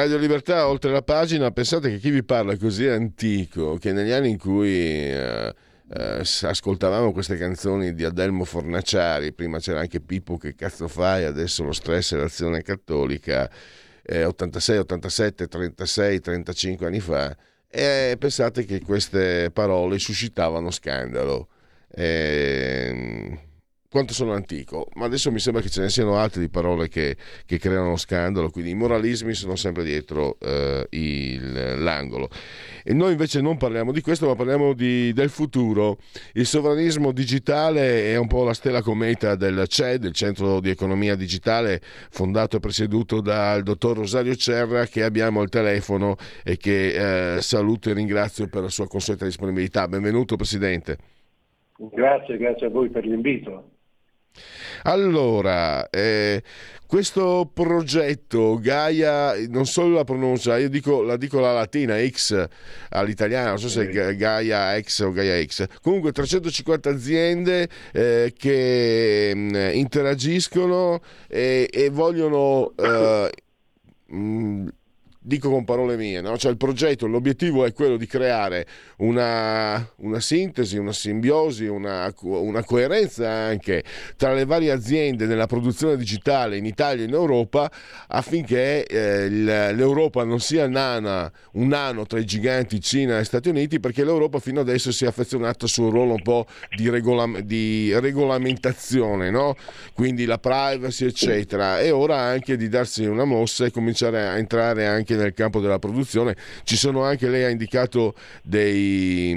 Radio Libertà, oltre la pagina. Pensate che chi vi parla così è antico, che negli anni in cui ascoltavamo queste canzoni di Adelmo Fornaciari, prima c'era anche Pippo Che cazzo fai, adesso lo stress e l'azione cattolica, 86, 87, 36, 35 anni fa, e pensate che queste parole suscitavano scandalo. Quanto sono antico, ma adesso mi sembra che ce ne siano altre di parole che creano scandalo, quindi i moralismi sono sempre dietro l'angolo. E noi invece non parliamo di questo, ma parliamo del futuro. Il sovranismo digitale è un po' la stella cometa del CED, il Centro di Economia Digitale, fondato e presieduto dal dottor Rosario Cerra, che abbiamo al telefono e che saluto e ringrazio per la sua consueta disponibilità. Benvenuto Presidente. Grazie a voi per l'invito. Allora, questo progetto Gaia, non solo la pronuncia, la dico la latina, X all'italiana, non so se è Gaia X o Gaia X, comunque 350 aziende che interagiscono e vogliono... dico con parole mie, no? Cioè il progetto, l'obiettivo è quello di creare una sintesi, una simbiosi, una coerenza anche tra le varie aziende nella produzione digitale in Italia e in Europa, affinché l'Europa non sia un nano tra i giganti Cina e Stati Uniti, perché l'Europa fino adesso si è affezionata sul ruolo un po' di regolamentazione, no? Quindi la privacy eccetera, e ora anche di darsi una mossa e cominciare a entrare anche nel campo della produzione. Ci sono anche, lei ha indicato dei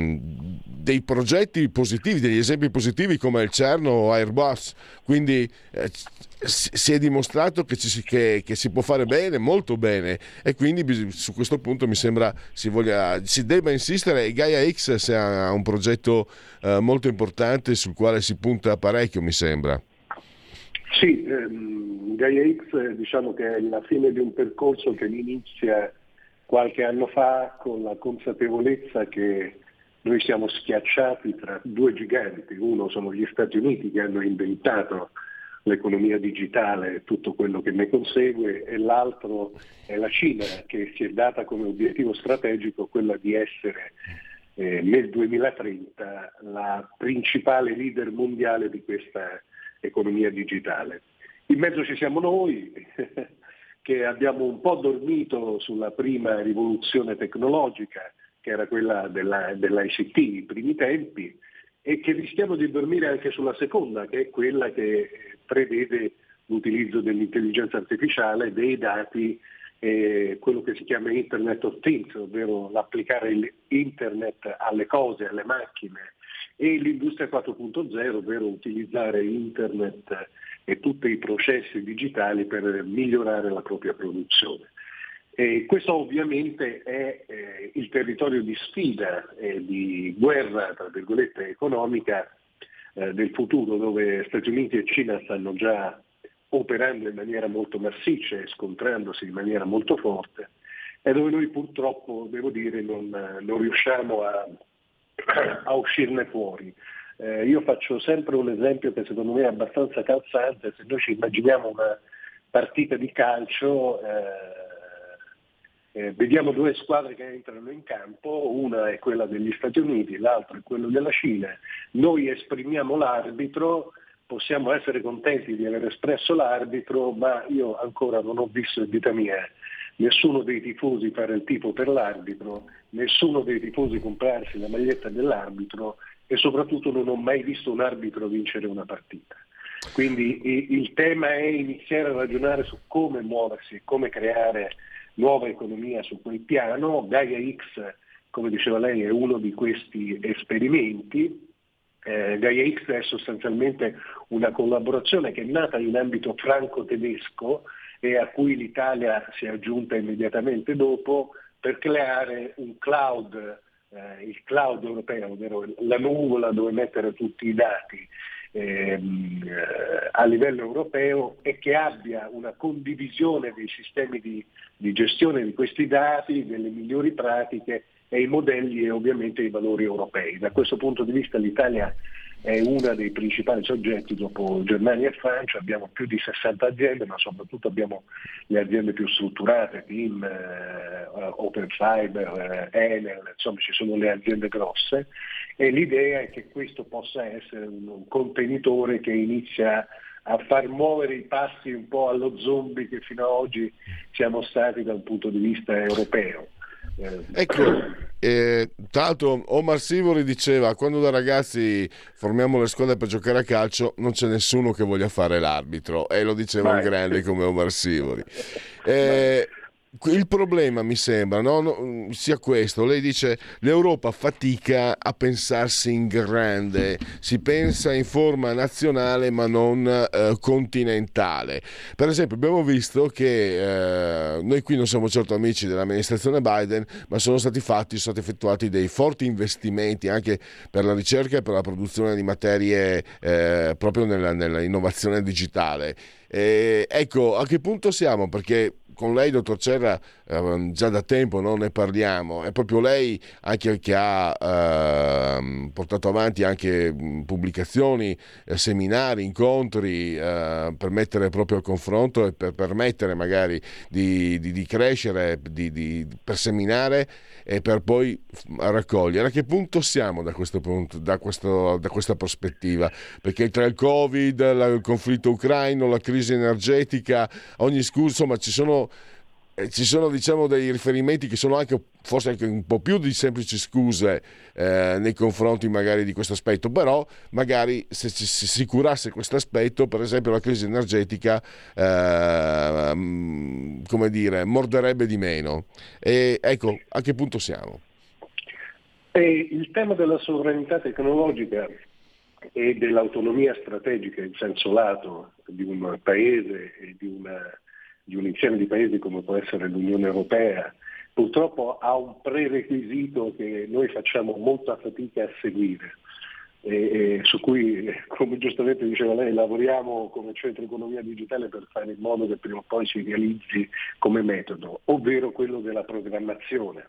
progetti positivi, degli esempi positivi come il CERN o Airbus, quindi si è dimostrato che si può fare bene, molto bene, e quindi su questo punto mi sembra si debba insistere, e Gaia X sia un progetto molto importante sul quale si punta parecchio, mi sembra. Sì, Gaia X diciamo che è la fine di un percorso che inizia qualche anno fa con la consapevolezza che noi siamo schiacciati tra due giganti. Uno sono gli Stati Uniti, che hanno inventato l'economia digitale e tutto quello che ne consegue, e l'altro è la Cina, che si è data come obiettivo strategico quella di essere nel 2030 la principale leader mondiale di questa economia digitale. In mezzo ci siamo noi che abbiamo un po' dormito sulla prima rivoluzione tecnologica, che era quella dell'ICT, i primi tempi, e che rischiamo di dormire anche sulla seconda, che è quella che prevede l'utilizzo dell'intelligenza artificiale, dei dati, quello che si chiama Internet of Things, ovvero l'applicare Internet alle cose, alle macchine, e l'industria 4.0, ovvero utilizzare Internet e tutti i processi digitali per migliorare la propria produzione. E questo ovviamente è il territorio di sfida e di guerra, tra virgolette, economica del futuro, dove Stati Uniti e Cina stanno già operando in maniera molto massiccia e scontrandosi in maniera molto forte, e dove noi purtroppo, devo dire, non riusciamo a uscirne fuori. Io faccio sempre un esempio che secondo me è abbastanza calzante. Se noi ci immaginiamo una partita di calcio, vediamo due squadre che entrano in campo, una è quella degli Stati Uniti, l'altra è quella della Cina. Noi esprimiamo l'arbitro, possiamo essere contenti di aver espresso l'arbitro, ma io ancora non ho visto in vita mia nessuno dei tifosi fare il tifo per l'arbitro, nessuno dei tifosi comprarsi la maglietta dell'arbitro, e soprattutto non ho mai visto un arbitro vincere una partita. Quindi il tema è iniziare a ragionare su come muoversi, come creare nuova economia su quel piano. Gaia X, come diceva lei, è uno di questi esperimenti. Gaia X è sostanzialmente una collaborazione che è nata in ambito franco-tedesco e a cui l'Italia si è aggiunta immediatamente dopo, per creare un cloud, il cloud europeo, ovvero la nuvola dove mettere tutti i dati a livello europeo, e che abbia una condivisione dei sistemi di gestione di questi dati, delle migliori pratiche e i modelli e ovviamente i valori europei. Da questo punto di vista l'Italia è uno dei principali soggetti dopo Germania e Francia. Abbiamo più di 60 aziende, ma soprattutto abbiamo le aziende più strutturate, TIM, Open Fiber, Enel, insomma ci sono le aziende grosse, e l'idea è che questo possa essere un contenitore che inizia a far muovere i passi un po' allo zombie che fino ad oggi siamo stati da un punto di vista europeo. Ecco, tra l'altro Omar Sivori diceva: quando da ragazzi formiamo le squadre per giocare a calcio non c'è nessuno che voglia fare l'arbitro, e lo diceva un grande come Omar Sivori. Il problema mi sembra sia questo. Lei dice l'Europa fatica a pensarsi in grande, si pensa in forma nazionale ma non continentale. Per esempio abbiamo visto che noi qui non siamo certo amici dell'amministrazione Biden, ma sono stati effettuati dei forti investimenti anche per la ricerca e per la produzione di materie proprio nella innovazione digitale. Ecco, a che punto siamo? Perché con lei, dottor Cerra, già da tempo ne parliamo. È proprio lei anche che ha portato avanti anche pubblicazioni, seminari, incontri per mettere proprio al confronto e per permettere magari di crescere, per seminare e per poi raccogliere. A che punto siamo da questo punto, da questa prospettiva? Perché tra il Covid, il conflitto ucraino, la crisi energetica, ogni scusa, insomma ci sono diciamo dei riferimenti che sono anche forse anche un po' più di semplici scuse nei confronti magari di questo aspetto, però magari se si curasse questo aspetto, per esempio la crisi energetica come dire, morderebbe di meno. E ecco, a che punto siamo? Il tema della sovranità tecnologica e dell'autonomia strategica in senso lato di un paese e di un insieme di paesi come può essere l'Unione Europea, purtroppo ha un prerequisito che noi facciamo molta fatica a seguire e su cui, come giustamente diceva lei, lavoriamo come Centro Economia Digitale per fare in modo che prima o poi si realizzi come metodo, ovvero quello della programmazione.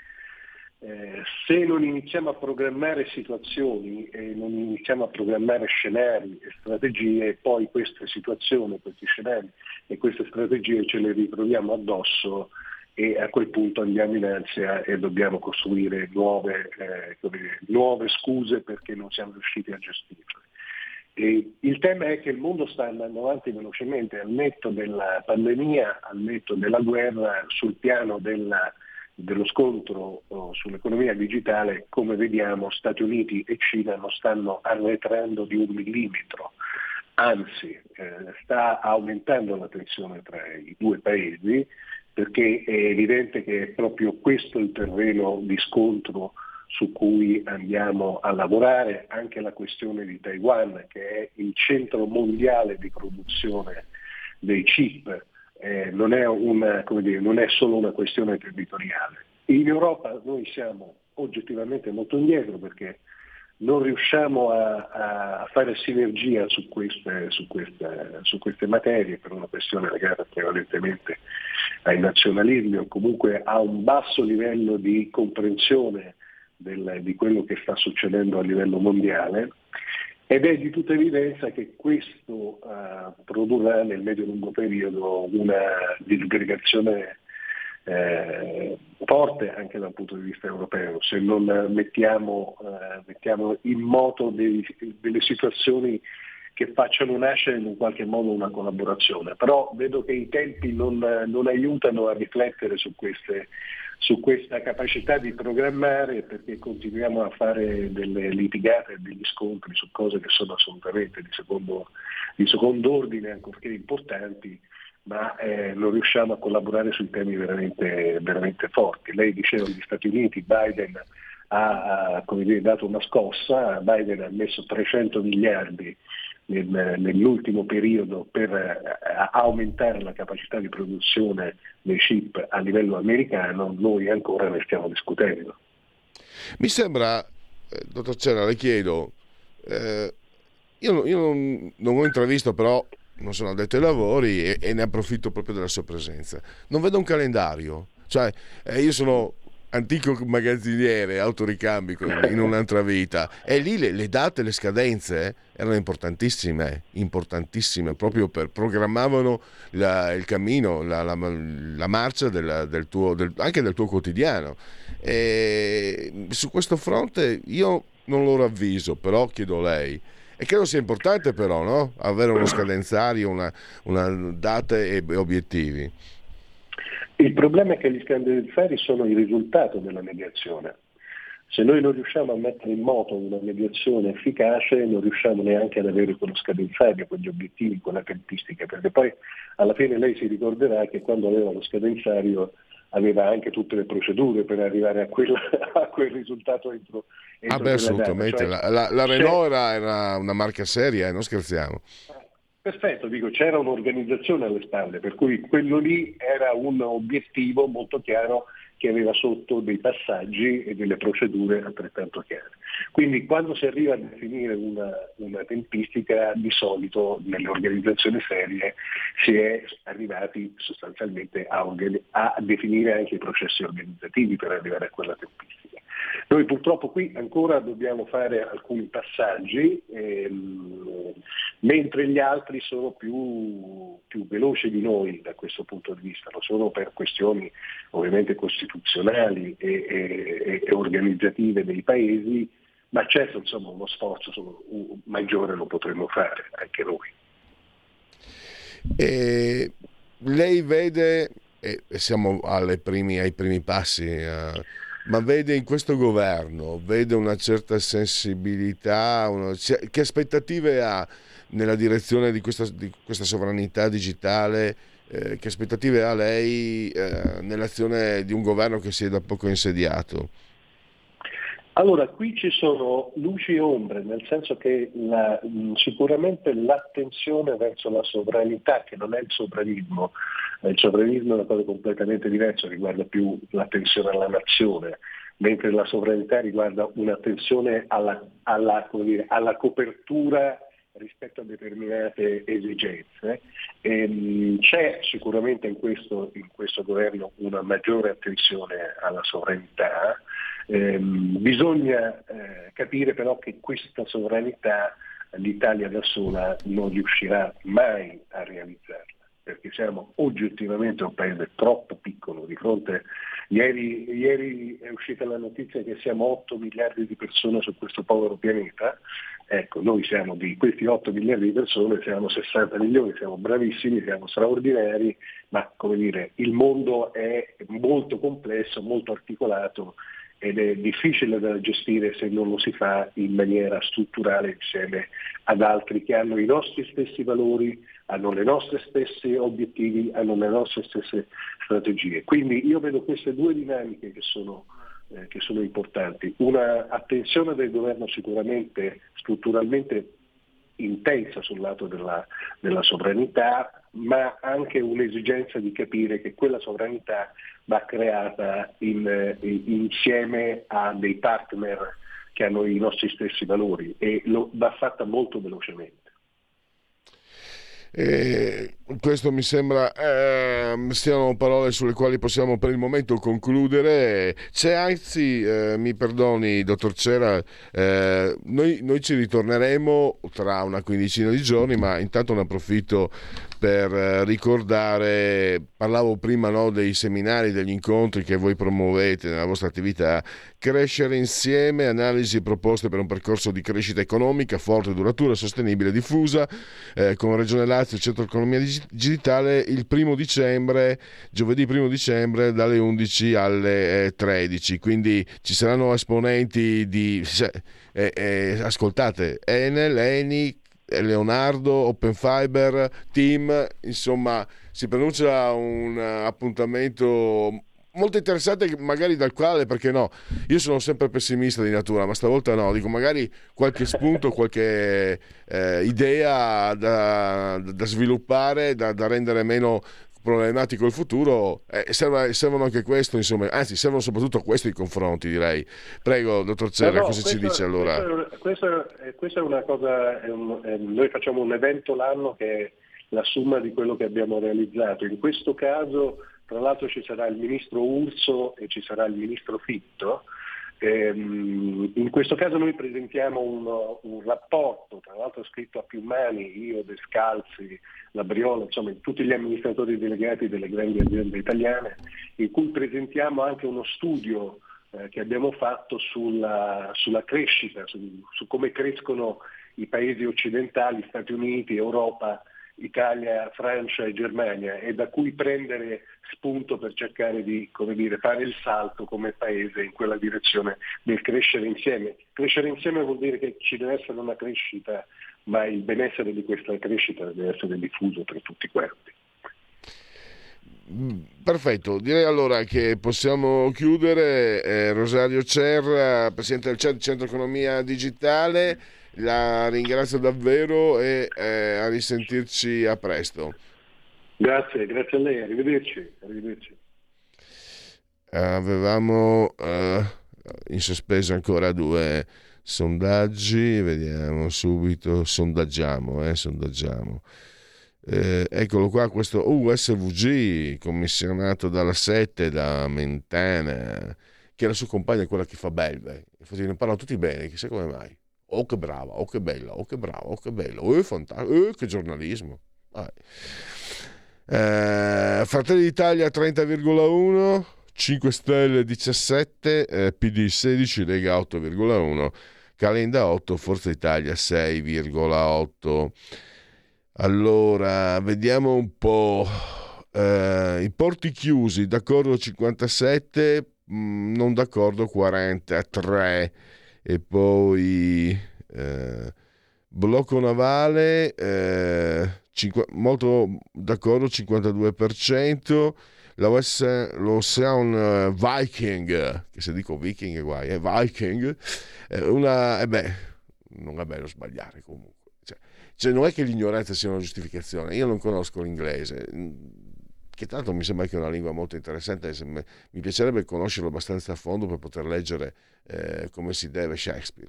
Se non iniziamo a programmare situazioni e non iniziamo a programmare scenari e strategie, poi queste situazioni, questi scenari e queste strategie ce le ritroviamo addosso e a quel punto andiamo in ansia e dobbiamo costruire nuove scuse perché non siamo riusciti a gestirle. E il tema è che il mondo sta andando avanti velocemente, al netto della pandemia, al netto della guerra, sul piano dello scontro sull'economia digitale, come vediamo Stati Uniti e Cina non stanno arretrando di 1 millimetro, anzi sta aumentando la tensione tra i due paesi, perché è evidente che è proprio questo il terreno di scontro su cui andiamo a lavorare. Anche la questione di Taiwan, che è il centro mondiale di produzione dei chip, non è solo una questione territoriale. In Europa noi siamo oggettivamente molto indietro perché non riusciamo a fare sinergia su queste materie per una questione legata prevalentemente ai nazionalismi o comunque a un basso livello di comprensione di quello che sta succedendo a livello mondiale. Ed è di tutta evidenza che questo produrrà nel medio-lungo periodo una disgregazione forte anche dal punto di vista europeo, se non mettiamo in moto delle situazioni che facciano nascere in un qualche modo una collaborazione. Però vedo che i tempi non aiutano a riflettere su questa capacità di programmare, perché continuiamo a fare delle litigate e degli scontri su cose che sono assolutamente di secondo ordine, ancorché importanti, ma non riusciamo a collaborare sui temi veramente, veramente forti. Lei diceva gli Stati Uniti, Biden ha dato una scossa, Biden ha messo 300 miliardi nell'ultimo periodo per aumentare la capacità di produzione dei chip a livello americano. Noi ancora ne stiamo discutendo. Mi sembra, dottor Cerra, le chiedo, io non ho intravisto, però non sono addetto ai lavori e ne approfitto proprio della sua presenza. Non vedo un calendario, cioè io sono antico magazziniere autoricambi in un'altra vita, e lì le date, le scadenze erano importantissime, proprio programmavano il cammino, la marcia anche del tuo quotidiano. E su questo fronte io non lo ravviso, però chiedo a lei. E credo sia importante però, no? Avere uno scadenzario, una data e obiettivi. Il problema è che gli scandenzari sono il risultato della mediazione. Se noi non riusciamo a mettere in moto una mediazione efficace, non riusciamo neanche ad avere quello scadenzario, quegli obiettivi, quella tempistica, perché poi alla fine lei si ricorderà che quando aveva lo scadenzario aveva anche tutte le procedure per arrivare a quel risultato entro assolutamente. Data. La Renault era una marca seria, non scherziamo. Perfetto, dico, c'era un'organizzazione alle spalle, per cui quello lì era un obiettivo molto chiaro che aveva sotto dei passaggi e delle procedure altrettanto chiare. Quindi quando si arriva a definire una tempistica, di solito nelle organizzazioni serie si è arrivati sostanzialmente a definire anche i processi organizzativi per arrivare a quella tempistica. Noi purtroppo qui ancora dobbiamo fare alcuni passaggi, mentre gli altri sono più veloci di noi da questo punto di vista, lo sono per questioni ovviamente costituzionali e organizzative dei paesi, ma certo insomma uno sforzo maggiore lo potremmo fare anche noi. Lei vede, siamo ai primi passi, ma vede in questo governo, vede una certa sensibilità, che aspettative ha nella direzione di questa sovranità digitale? Che aspettative ha lei nell'azione di un governo che si è da poco insediato? Allora, qui ci sono luci e ombre, nel senso che sicuramente l'attenzione verso la sovranità, che non è il sovranismo è una cosa completamente diversa, riguarda più l'attenzione alla nazione, mentre la sovranità riguarda un'attenzione alla copertura rispetto a determinate esigenze. C'è sicuramente in questo governo una maggiore attenzione alla sovranità. Bisogna capire però che questa sovranità l'Italia da sola non riuscirà mai a realizzarla, perché siamo oggettivamente un paese troppo piccolo di fronte. Ieri è uscita la notizia che siamo 8 miliardi di persone su questo povero pianeta. Ecco, noi siamo di questi 8 miliardi di persone, siamo 60 milioni, siamo bravissimi, siamo straordinari, ma come dire, il mondo è molto complesso, molto articolato ed è difficile da gestire se non lo si fa in maniera strutturale insieme ad altri che hanno i nostri stessi valori, hanno le nostre stesse obiettivi, hanno le nostre stesse strategie. Quindi io vedo queste due dinamiche che sono importanti. Una attenzione del governo sicuramente strutturalmente intensa sul lato della sovranità, ma anche un'esigenza di capire che quella sovranità va creata insieme a dei partner che hanno i nostri stessi valori e va fatta molto velocemente. Questo mi sembra siano parole sulle quali possiamo per il momento concludere. C'è anzi, mi perdoni dottor Cera, noi ci ritorneremo tra una quindicina di giorni, ma intanto ne approfitto per ricordare, parlavo prima dei seminari, degli incontri che voi promuovete nella vostra attività. Crescere insieme, analisi e proposte per un percorso di crescita economica forte, duratura, sostenibile, diffusa, con Regione Lazio e Centro Economia Digitale, il 1° dicembre, giovedì 1° dicembre dalle 11 alle 13. Quindi ci saranno esponenti ascoltate, Enel, Eni, Leonardo, Open Fiber, Team, insomma si pronuncia un appuntamento molto interessante, magari dal quale, perché no, io sono sempre pessimista di natura, ma stavolta no, dico magari qualche spunto, qualche idea da sviluppare, da rendere meno problematico il futuro, servono anche questo, insomma, anzi servono soprattutto questi confronti, direi. Prego dottor Cera, cosa ci dice allora? Questa è una cosa, noi facciamo un evento l'anno che è la somma di quello che abbiamo realizzato. In questo caso tra l'altro ci sarà il ministro Urso e ci sarà il ministro Fitto. In questo caso noi presentiamo un rapporto, tra l'altro scritto a più mani, io, Descalzi, Labriola, insomma tutti gli amministratori delegati delle grandi aziende italiane, in cui presentiamo anche uno studio che abbiamo fatto sulla crescita, su come crescono i paesi occidentali, Stati Uniti, Europa, Italia, Francia e Germania, e da cui prendere spunto per cercare di, come dire, fare il salto come paese in quella direzione del crescere insieme. Crescere insieme vuol dire che ci deve essere una crescita, ma il benessere di questa crescita deve essere diffuso tra tutti quanti. Perfetto, direi allora che possiamo chiudere. Rosario Cerra, Presidente del Centro Economia Digitale, la ringrazio davvero e a risentirci a presto. Grazie a lei, arrivederci. Avevamo in sospeso ancora 2 sondaggi, vediamo subito, sondaggiamo. Eccolo qua, questo USVG commissionato dalla 7, da Mentana, che la sua compagna è quella che fa Belve, infatti ne parlano tutti bene, chissà come mai. Oh che brava, oh che bella, oh che brava, oh che bella, oh fantastico, che giornalismo. Fratelli d'Italia 30,1, 5 Stelle 17, PD 16, Lega 8,1, Calenda 8, Forza Italia 6,8. Allora, vediamo un po'. I porti chiusi, d'accordo 57, non d'accordo 43, e poi blocco navale molto d'accordo 52%, l'Ocean Viking, che se dico Viking guai, Viking, non è bello sbagliare comunque. Cioè non è che l'ignoranza sia una giustificazione, io non conosco l'inglese, che tanto mi sembra che è una lingua molto interessante, mi piacerebbe conoscerlo abbastanza a fondo per poter leggere come si deve Shakespeare,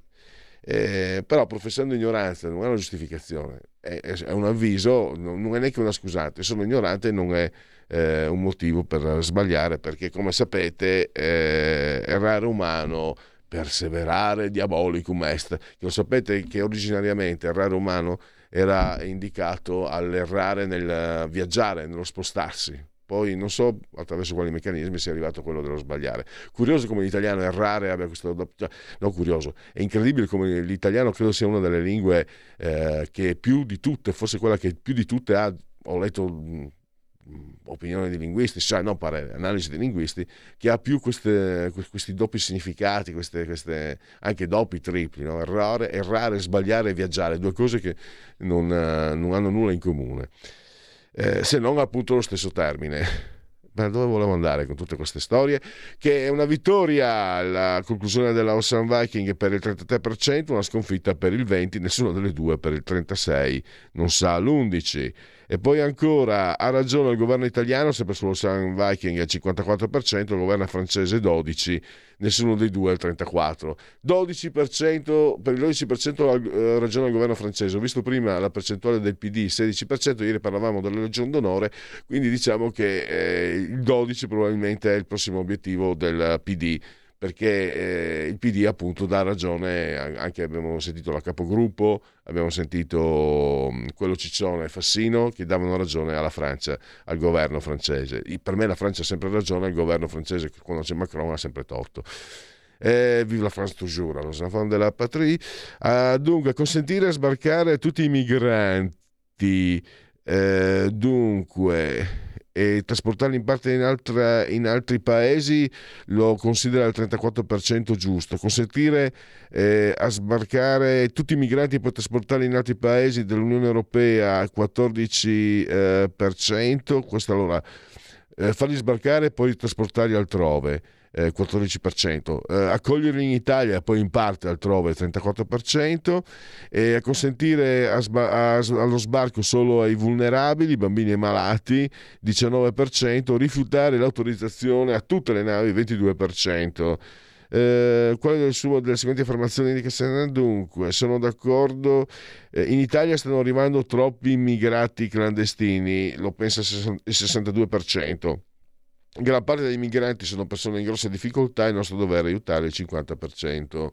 però professando ignoranza non è una giustificazione, è un avviso, non è neanche una scusante. Sono ignorante e non è un motivo per sbagliare, perché come sapete errare umano, perseverare diabolicum est, che lo sapete che originariamente errare umano era indicato all'errare nel viaggiare, nello spostarsi. Poi non so attraverso quali meccanismi sia arrivato quello dello sbagliare. Curioso come l'italiano errare abbia questo... No, curioso. È incredibile come l'italiano credo sia una delle lingue che più di tutte, forse quella che più di tutte ha, ho letto opinioni di linguisti, analisi di linguisti, che ha più questi doppi significati, queste anche doppi, tripli, no? Errare, sbagliare e viaggiare, 2 cose che non hanno nulla in comune, se non appunto lo stesso termine. Ma dove volevo andare con tutte queste storie? Che è una vittoria la conclusione della Ocean Viking per il 33%, una sconfitta per il 20%, nessuna delle due per il 36%, non sa l'11%. E poi ancora ha ragione il governo italiano, sempre sull'Ocean Viking al 54%, il governo francese 12%, nessuno dei due al 34%. 12%, per il 12% ha ragione il governo francese. Ho visto prima la percentuale del PD, 16%, ieri parlavamo della Legion d'Onore, quindi diciamo che il 12% probabilmente è il prossimo obiettivo del PD, perché il PD appunto dà ragione, anche abbiamo sentito la capogruppo, abbiamo sentito quello Ciccione e Fassino che davano ragione alla Francia, al governo francese. Per me la Francia ha sempre ragione, il governo francese quando c'è Macron ha sempre torto. Vive la France toujours, los enfants de la patrie. Dunque, consentire sbarcare tutti i migranti, dunque, e trasportarli in parte in altri paesi lo considera il 34% giusto. Consentire a sbarcare tutti i migranti e poi trasportarli in altri paesi dell'Unione Europea al 14%. Questo allora, farli sbarcare e poi trasportarli altrove, 14%, accoglierli in Italia poi in parte altrove, 34%, e a consentire allo sbarco solo ai vulnerabili, bambini e malati, 19%, rifiutare l'autorizzazione a tutte le navi, 22%. Quale delle seguenti affermazioni indica se dunque sono d'accordo? In Italia stanno arrivando troppi immigrati clandestini, lo pensa il 62%. Gran parte dei migranti sono persone in grossa difficoltà, il nostro dovere è aiutare il 50%.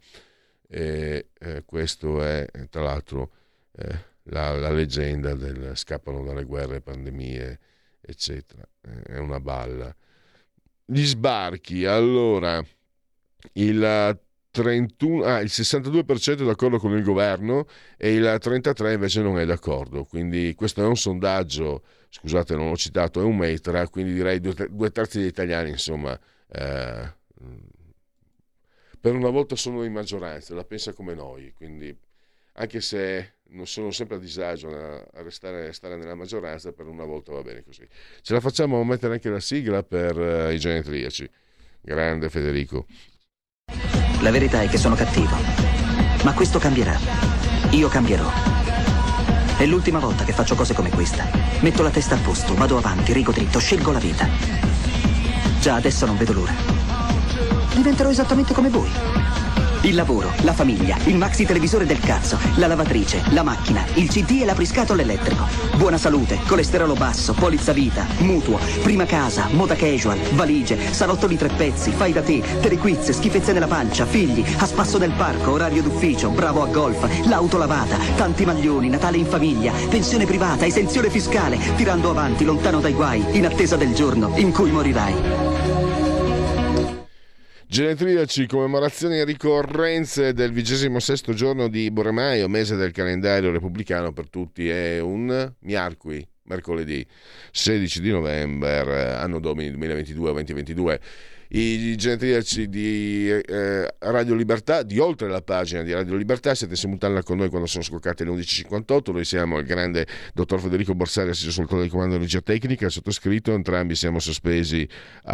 Questo è, tra l'altro, la leggenda del scappano dalle guerre, pandemie, eccetera. È una balla. Gli sbarchi, allora, il 62% è d'accordo con il governo e il 33% invece non è d'accordo. Quindi questo è un sondaggio, scusate non l'ho citato, è un Metra, quindi direi due terzi degli italiani, insomma, per una volta sono in maggioranza, la pensa come noi, quindi anche se non sono sempre a disagio a stare nella maggioranza, per una volta va bene così. Ce la facciamo mettere anche la sigla per i genetriaci. Grande Federico. La verità è che sono cattivo, ma questo cambierà. Io cambierò. È l'ultima volta che faccio cose come questa. Metto la testa a posto, vado avanti, rigo dritto, scelgo la vita. Già adesso non vedo l'ora. Diventerò esattamente come voi. Il lavoro, la famiglia, il maxi televisore del cazzo, la lavatrice, la macchina, il CD e l'apriscatole elettrico. Buona salute, colesterolo basso, polizza vita, mutuo, prima casa, moda casual, valigie, salotto di 3 pezzi, fai da te, telequiz, schifezze nella pancia, figli, a spasso nel parco, orario d'ufficio, bravo a golf, l'auto lavata, tanti maglioni, Natale in famiglia, pensione privata, esenzione fiscale, tirando avanti, lontano dai guai, in attesa del giorno in cui morirai. Genetriaci, commemorazioni e ricorrenze del 26° giorno di Boremaio, mese del calendario repubblicano per tutti, è un mercoledì 16 di novembre, anno domini 2022. I genetriaci di Radio Libertà, di oltre la pagina di Radio Libertà, siete simultanea con noi quando sono scoccate le 11.58. Noi siamo il grande dottor Federico Borsari, assiso sul del comando di regia tecnica, il sottoscritto. Entrambi siamo sospesi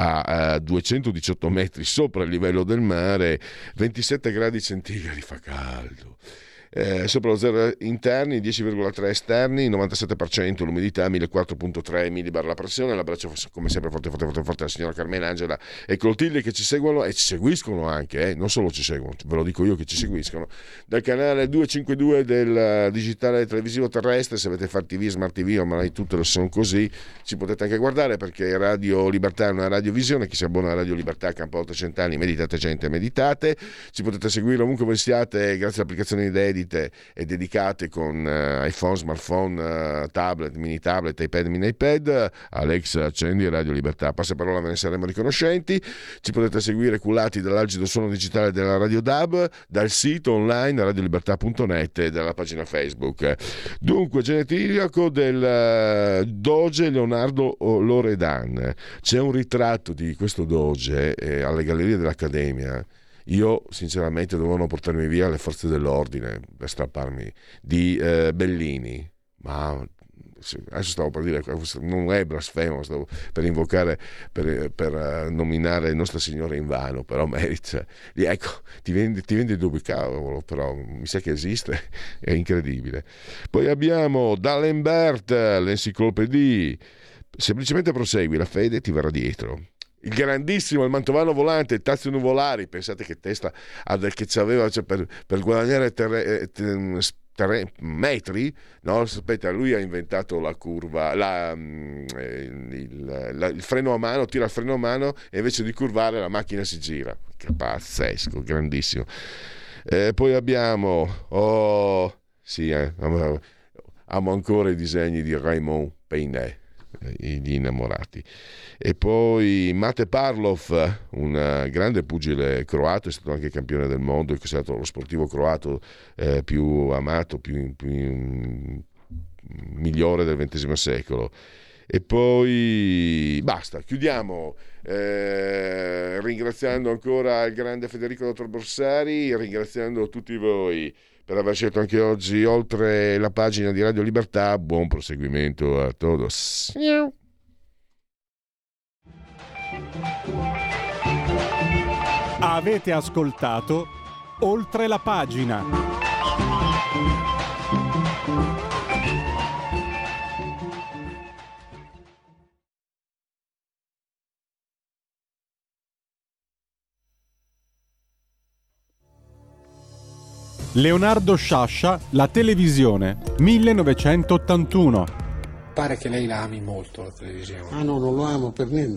a 218 metri sopra il livello del mare, 27 gradi centigradi, fa caldo. Sopra lo zero interni, 10,3 esterni, 97% l'umidità, 1004,3 millibar la pressione. L'abbraccio come sempre forte alla signora Carmen Angela e Clotilde, che ci seguono e ci seguiscono anche, non solo ci seguono, ve lo dico io che ci seguiscono, dal canale 252 del digitale televisivo terrestre. Se avete Far TV, Smart TV, ormai tutte lo sono così, ci potete anche guardare, perché Radio Libertà è una radiovisione. Chi si abbona a Radio Libertà, campo 800 anni, meditate gente, meditate. Ci potete seguire ovunque voi siate grazie all'applicazione di Edit e dedicate con iPhone, smartphone, tablet, mini tablet, iPad, mini iPad. Alexa, accendi Radio Libertà, passaparola, ve ne saremo riconoscenti. Ci potete seguire cullati dall'algido suono digitale della Radio DAB, dal sito online radiolibertà.net e dalla pagina Facebook. Dunque, genetriaco del Doge Leonardo Loredan. C'è un ritratto di questo Doge alle Gallerie dell'Accademia. Io sinceramente dovevano portarmi via le forze dell'ordine per strapparmi, di Bellini, ma adesso stavo per dire, non è blasfemo, stavo per invocare, per nominare Nostra Signora in vano, però merita, ecco, ti vendi dubbi, cavolo, però mi sa che esiste, è incredibile. Poi abbiamo D'Alembert, l'enciclopedia, semplicemente prosegui, la fede ti verrà dietro. Il grandissimo, il mantovano volante, Tazio Nuvolari, pensate che testa che c'aveva, cioè, per guadagnare metri, no? Sapete, lui ha inventato la curva, il freno a mano, tira il freno a mano e invece di curvare la macchina si gira. Che pazzesco, grandissimo. Poi abbiamo, amo ancora i disegni di Raymond Peinet, gli innamorati. E poi Mate Parlov, un grande pugile croato, è stato anche campione del mondo, è stato lo sportivo croato più amato, più migliore del XX secolo. E poi basta, chiudiamo ringraziando ancora il grande Federico dottor Borsari, ringraziando tutti voi per aver scelto anche oggi oltre la pagina di Radio Libertà. Buon proseguimento a todos. Avete ascoltato Oltre la pagina. Leonardo Sciascia, la televisione, 1981. Pare che lei la ami molto la televisione. Ah no, non lo amo per niente.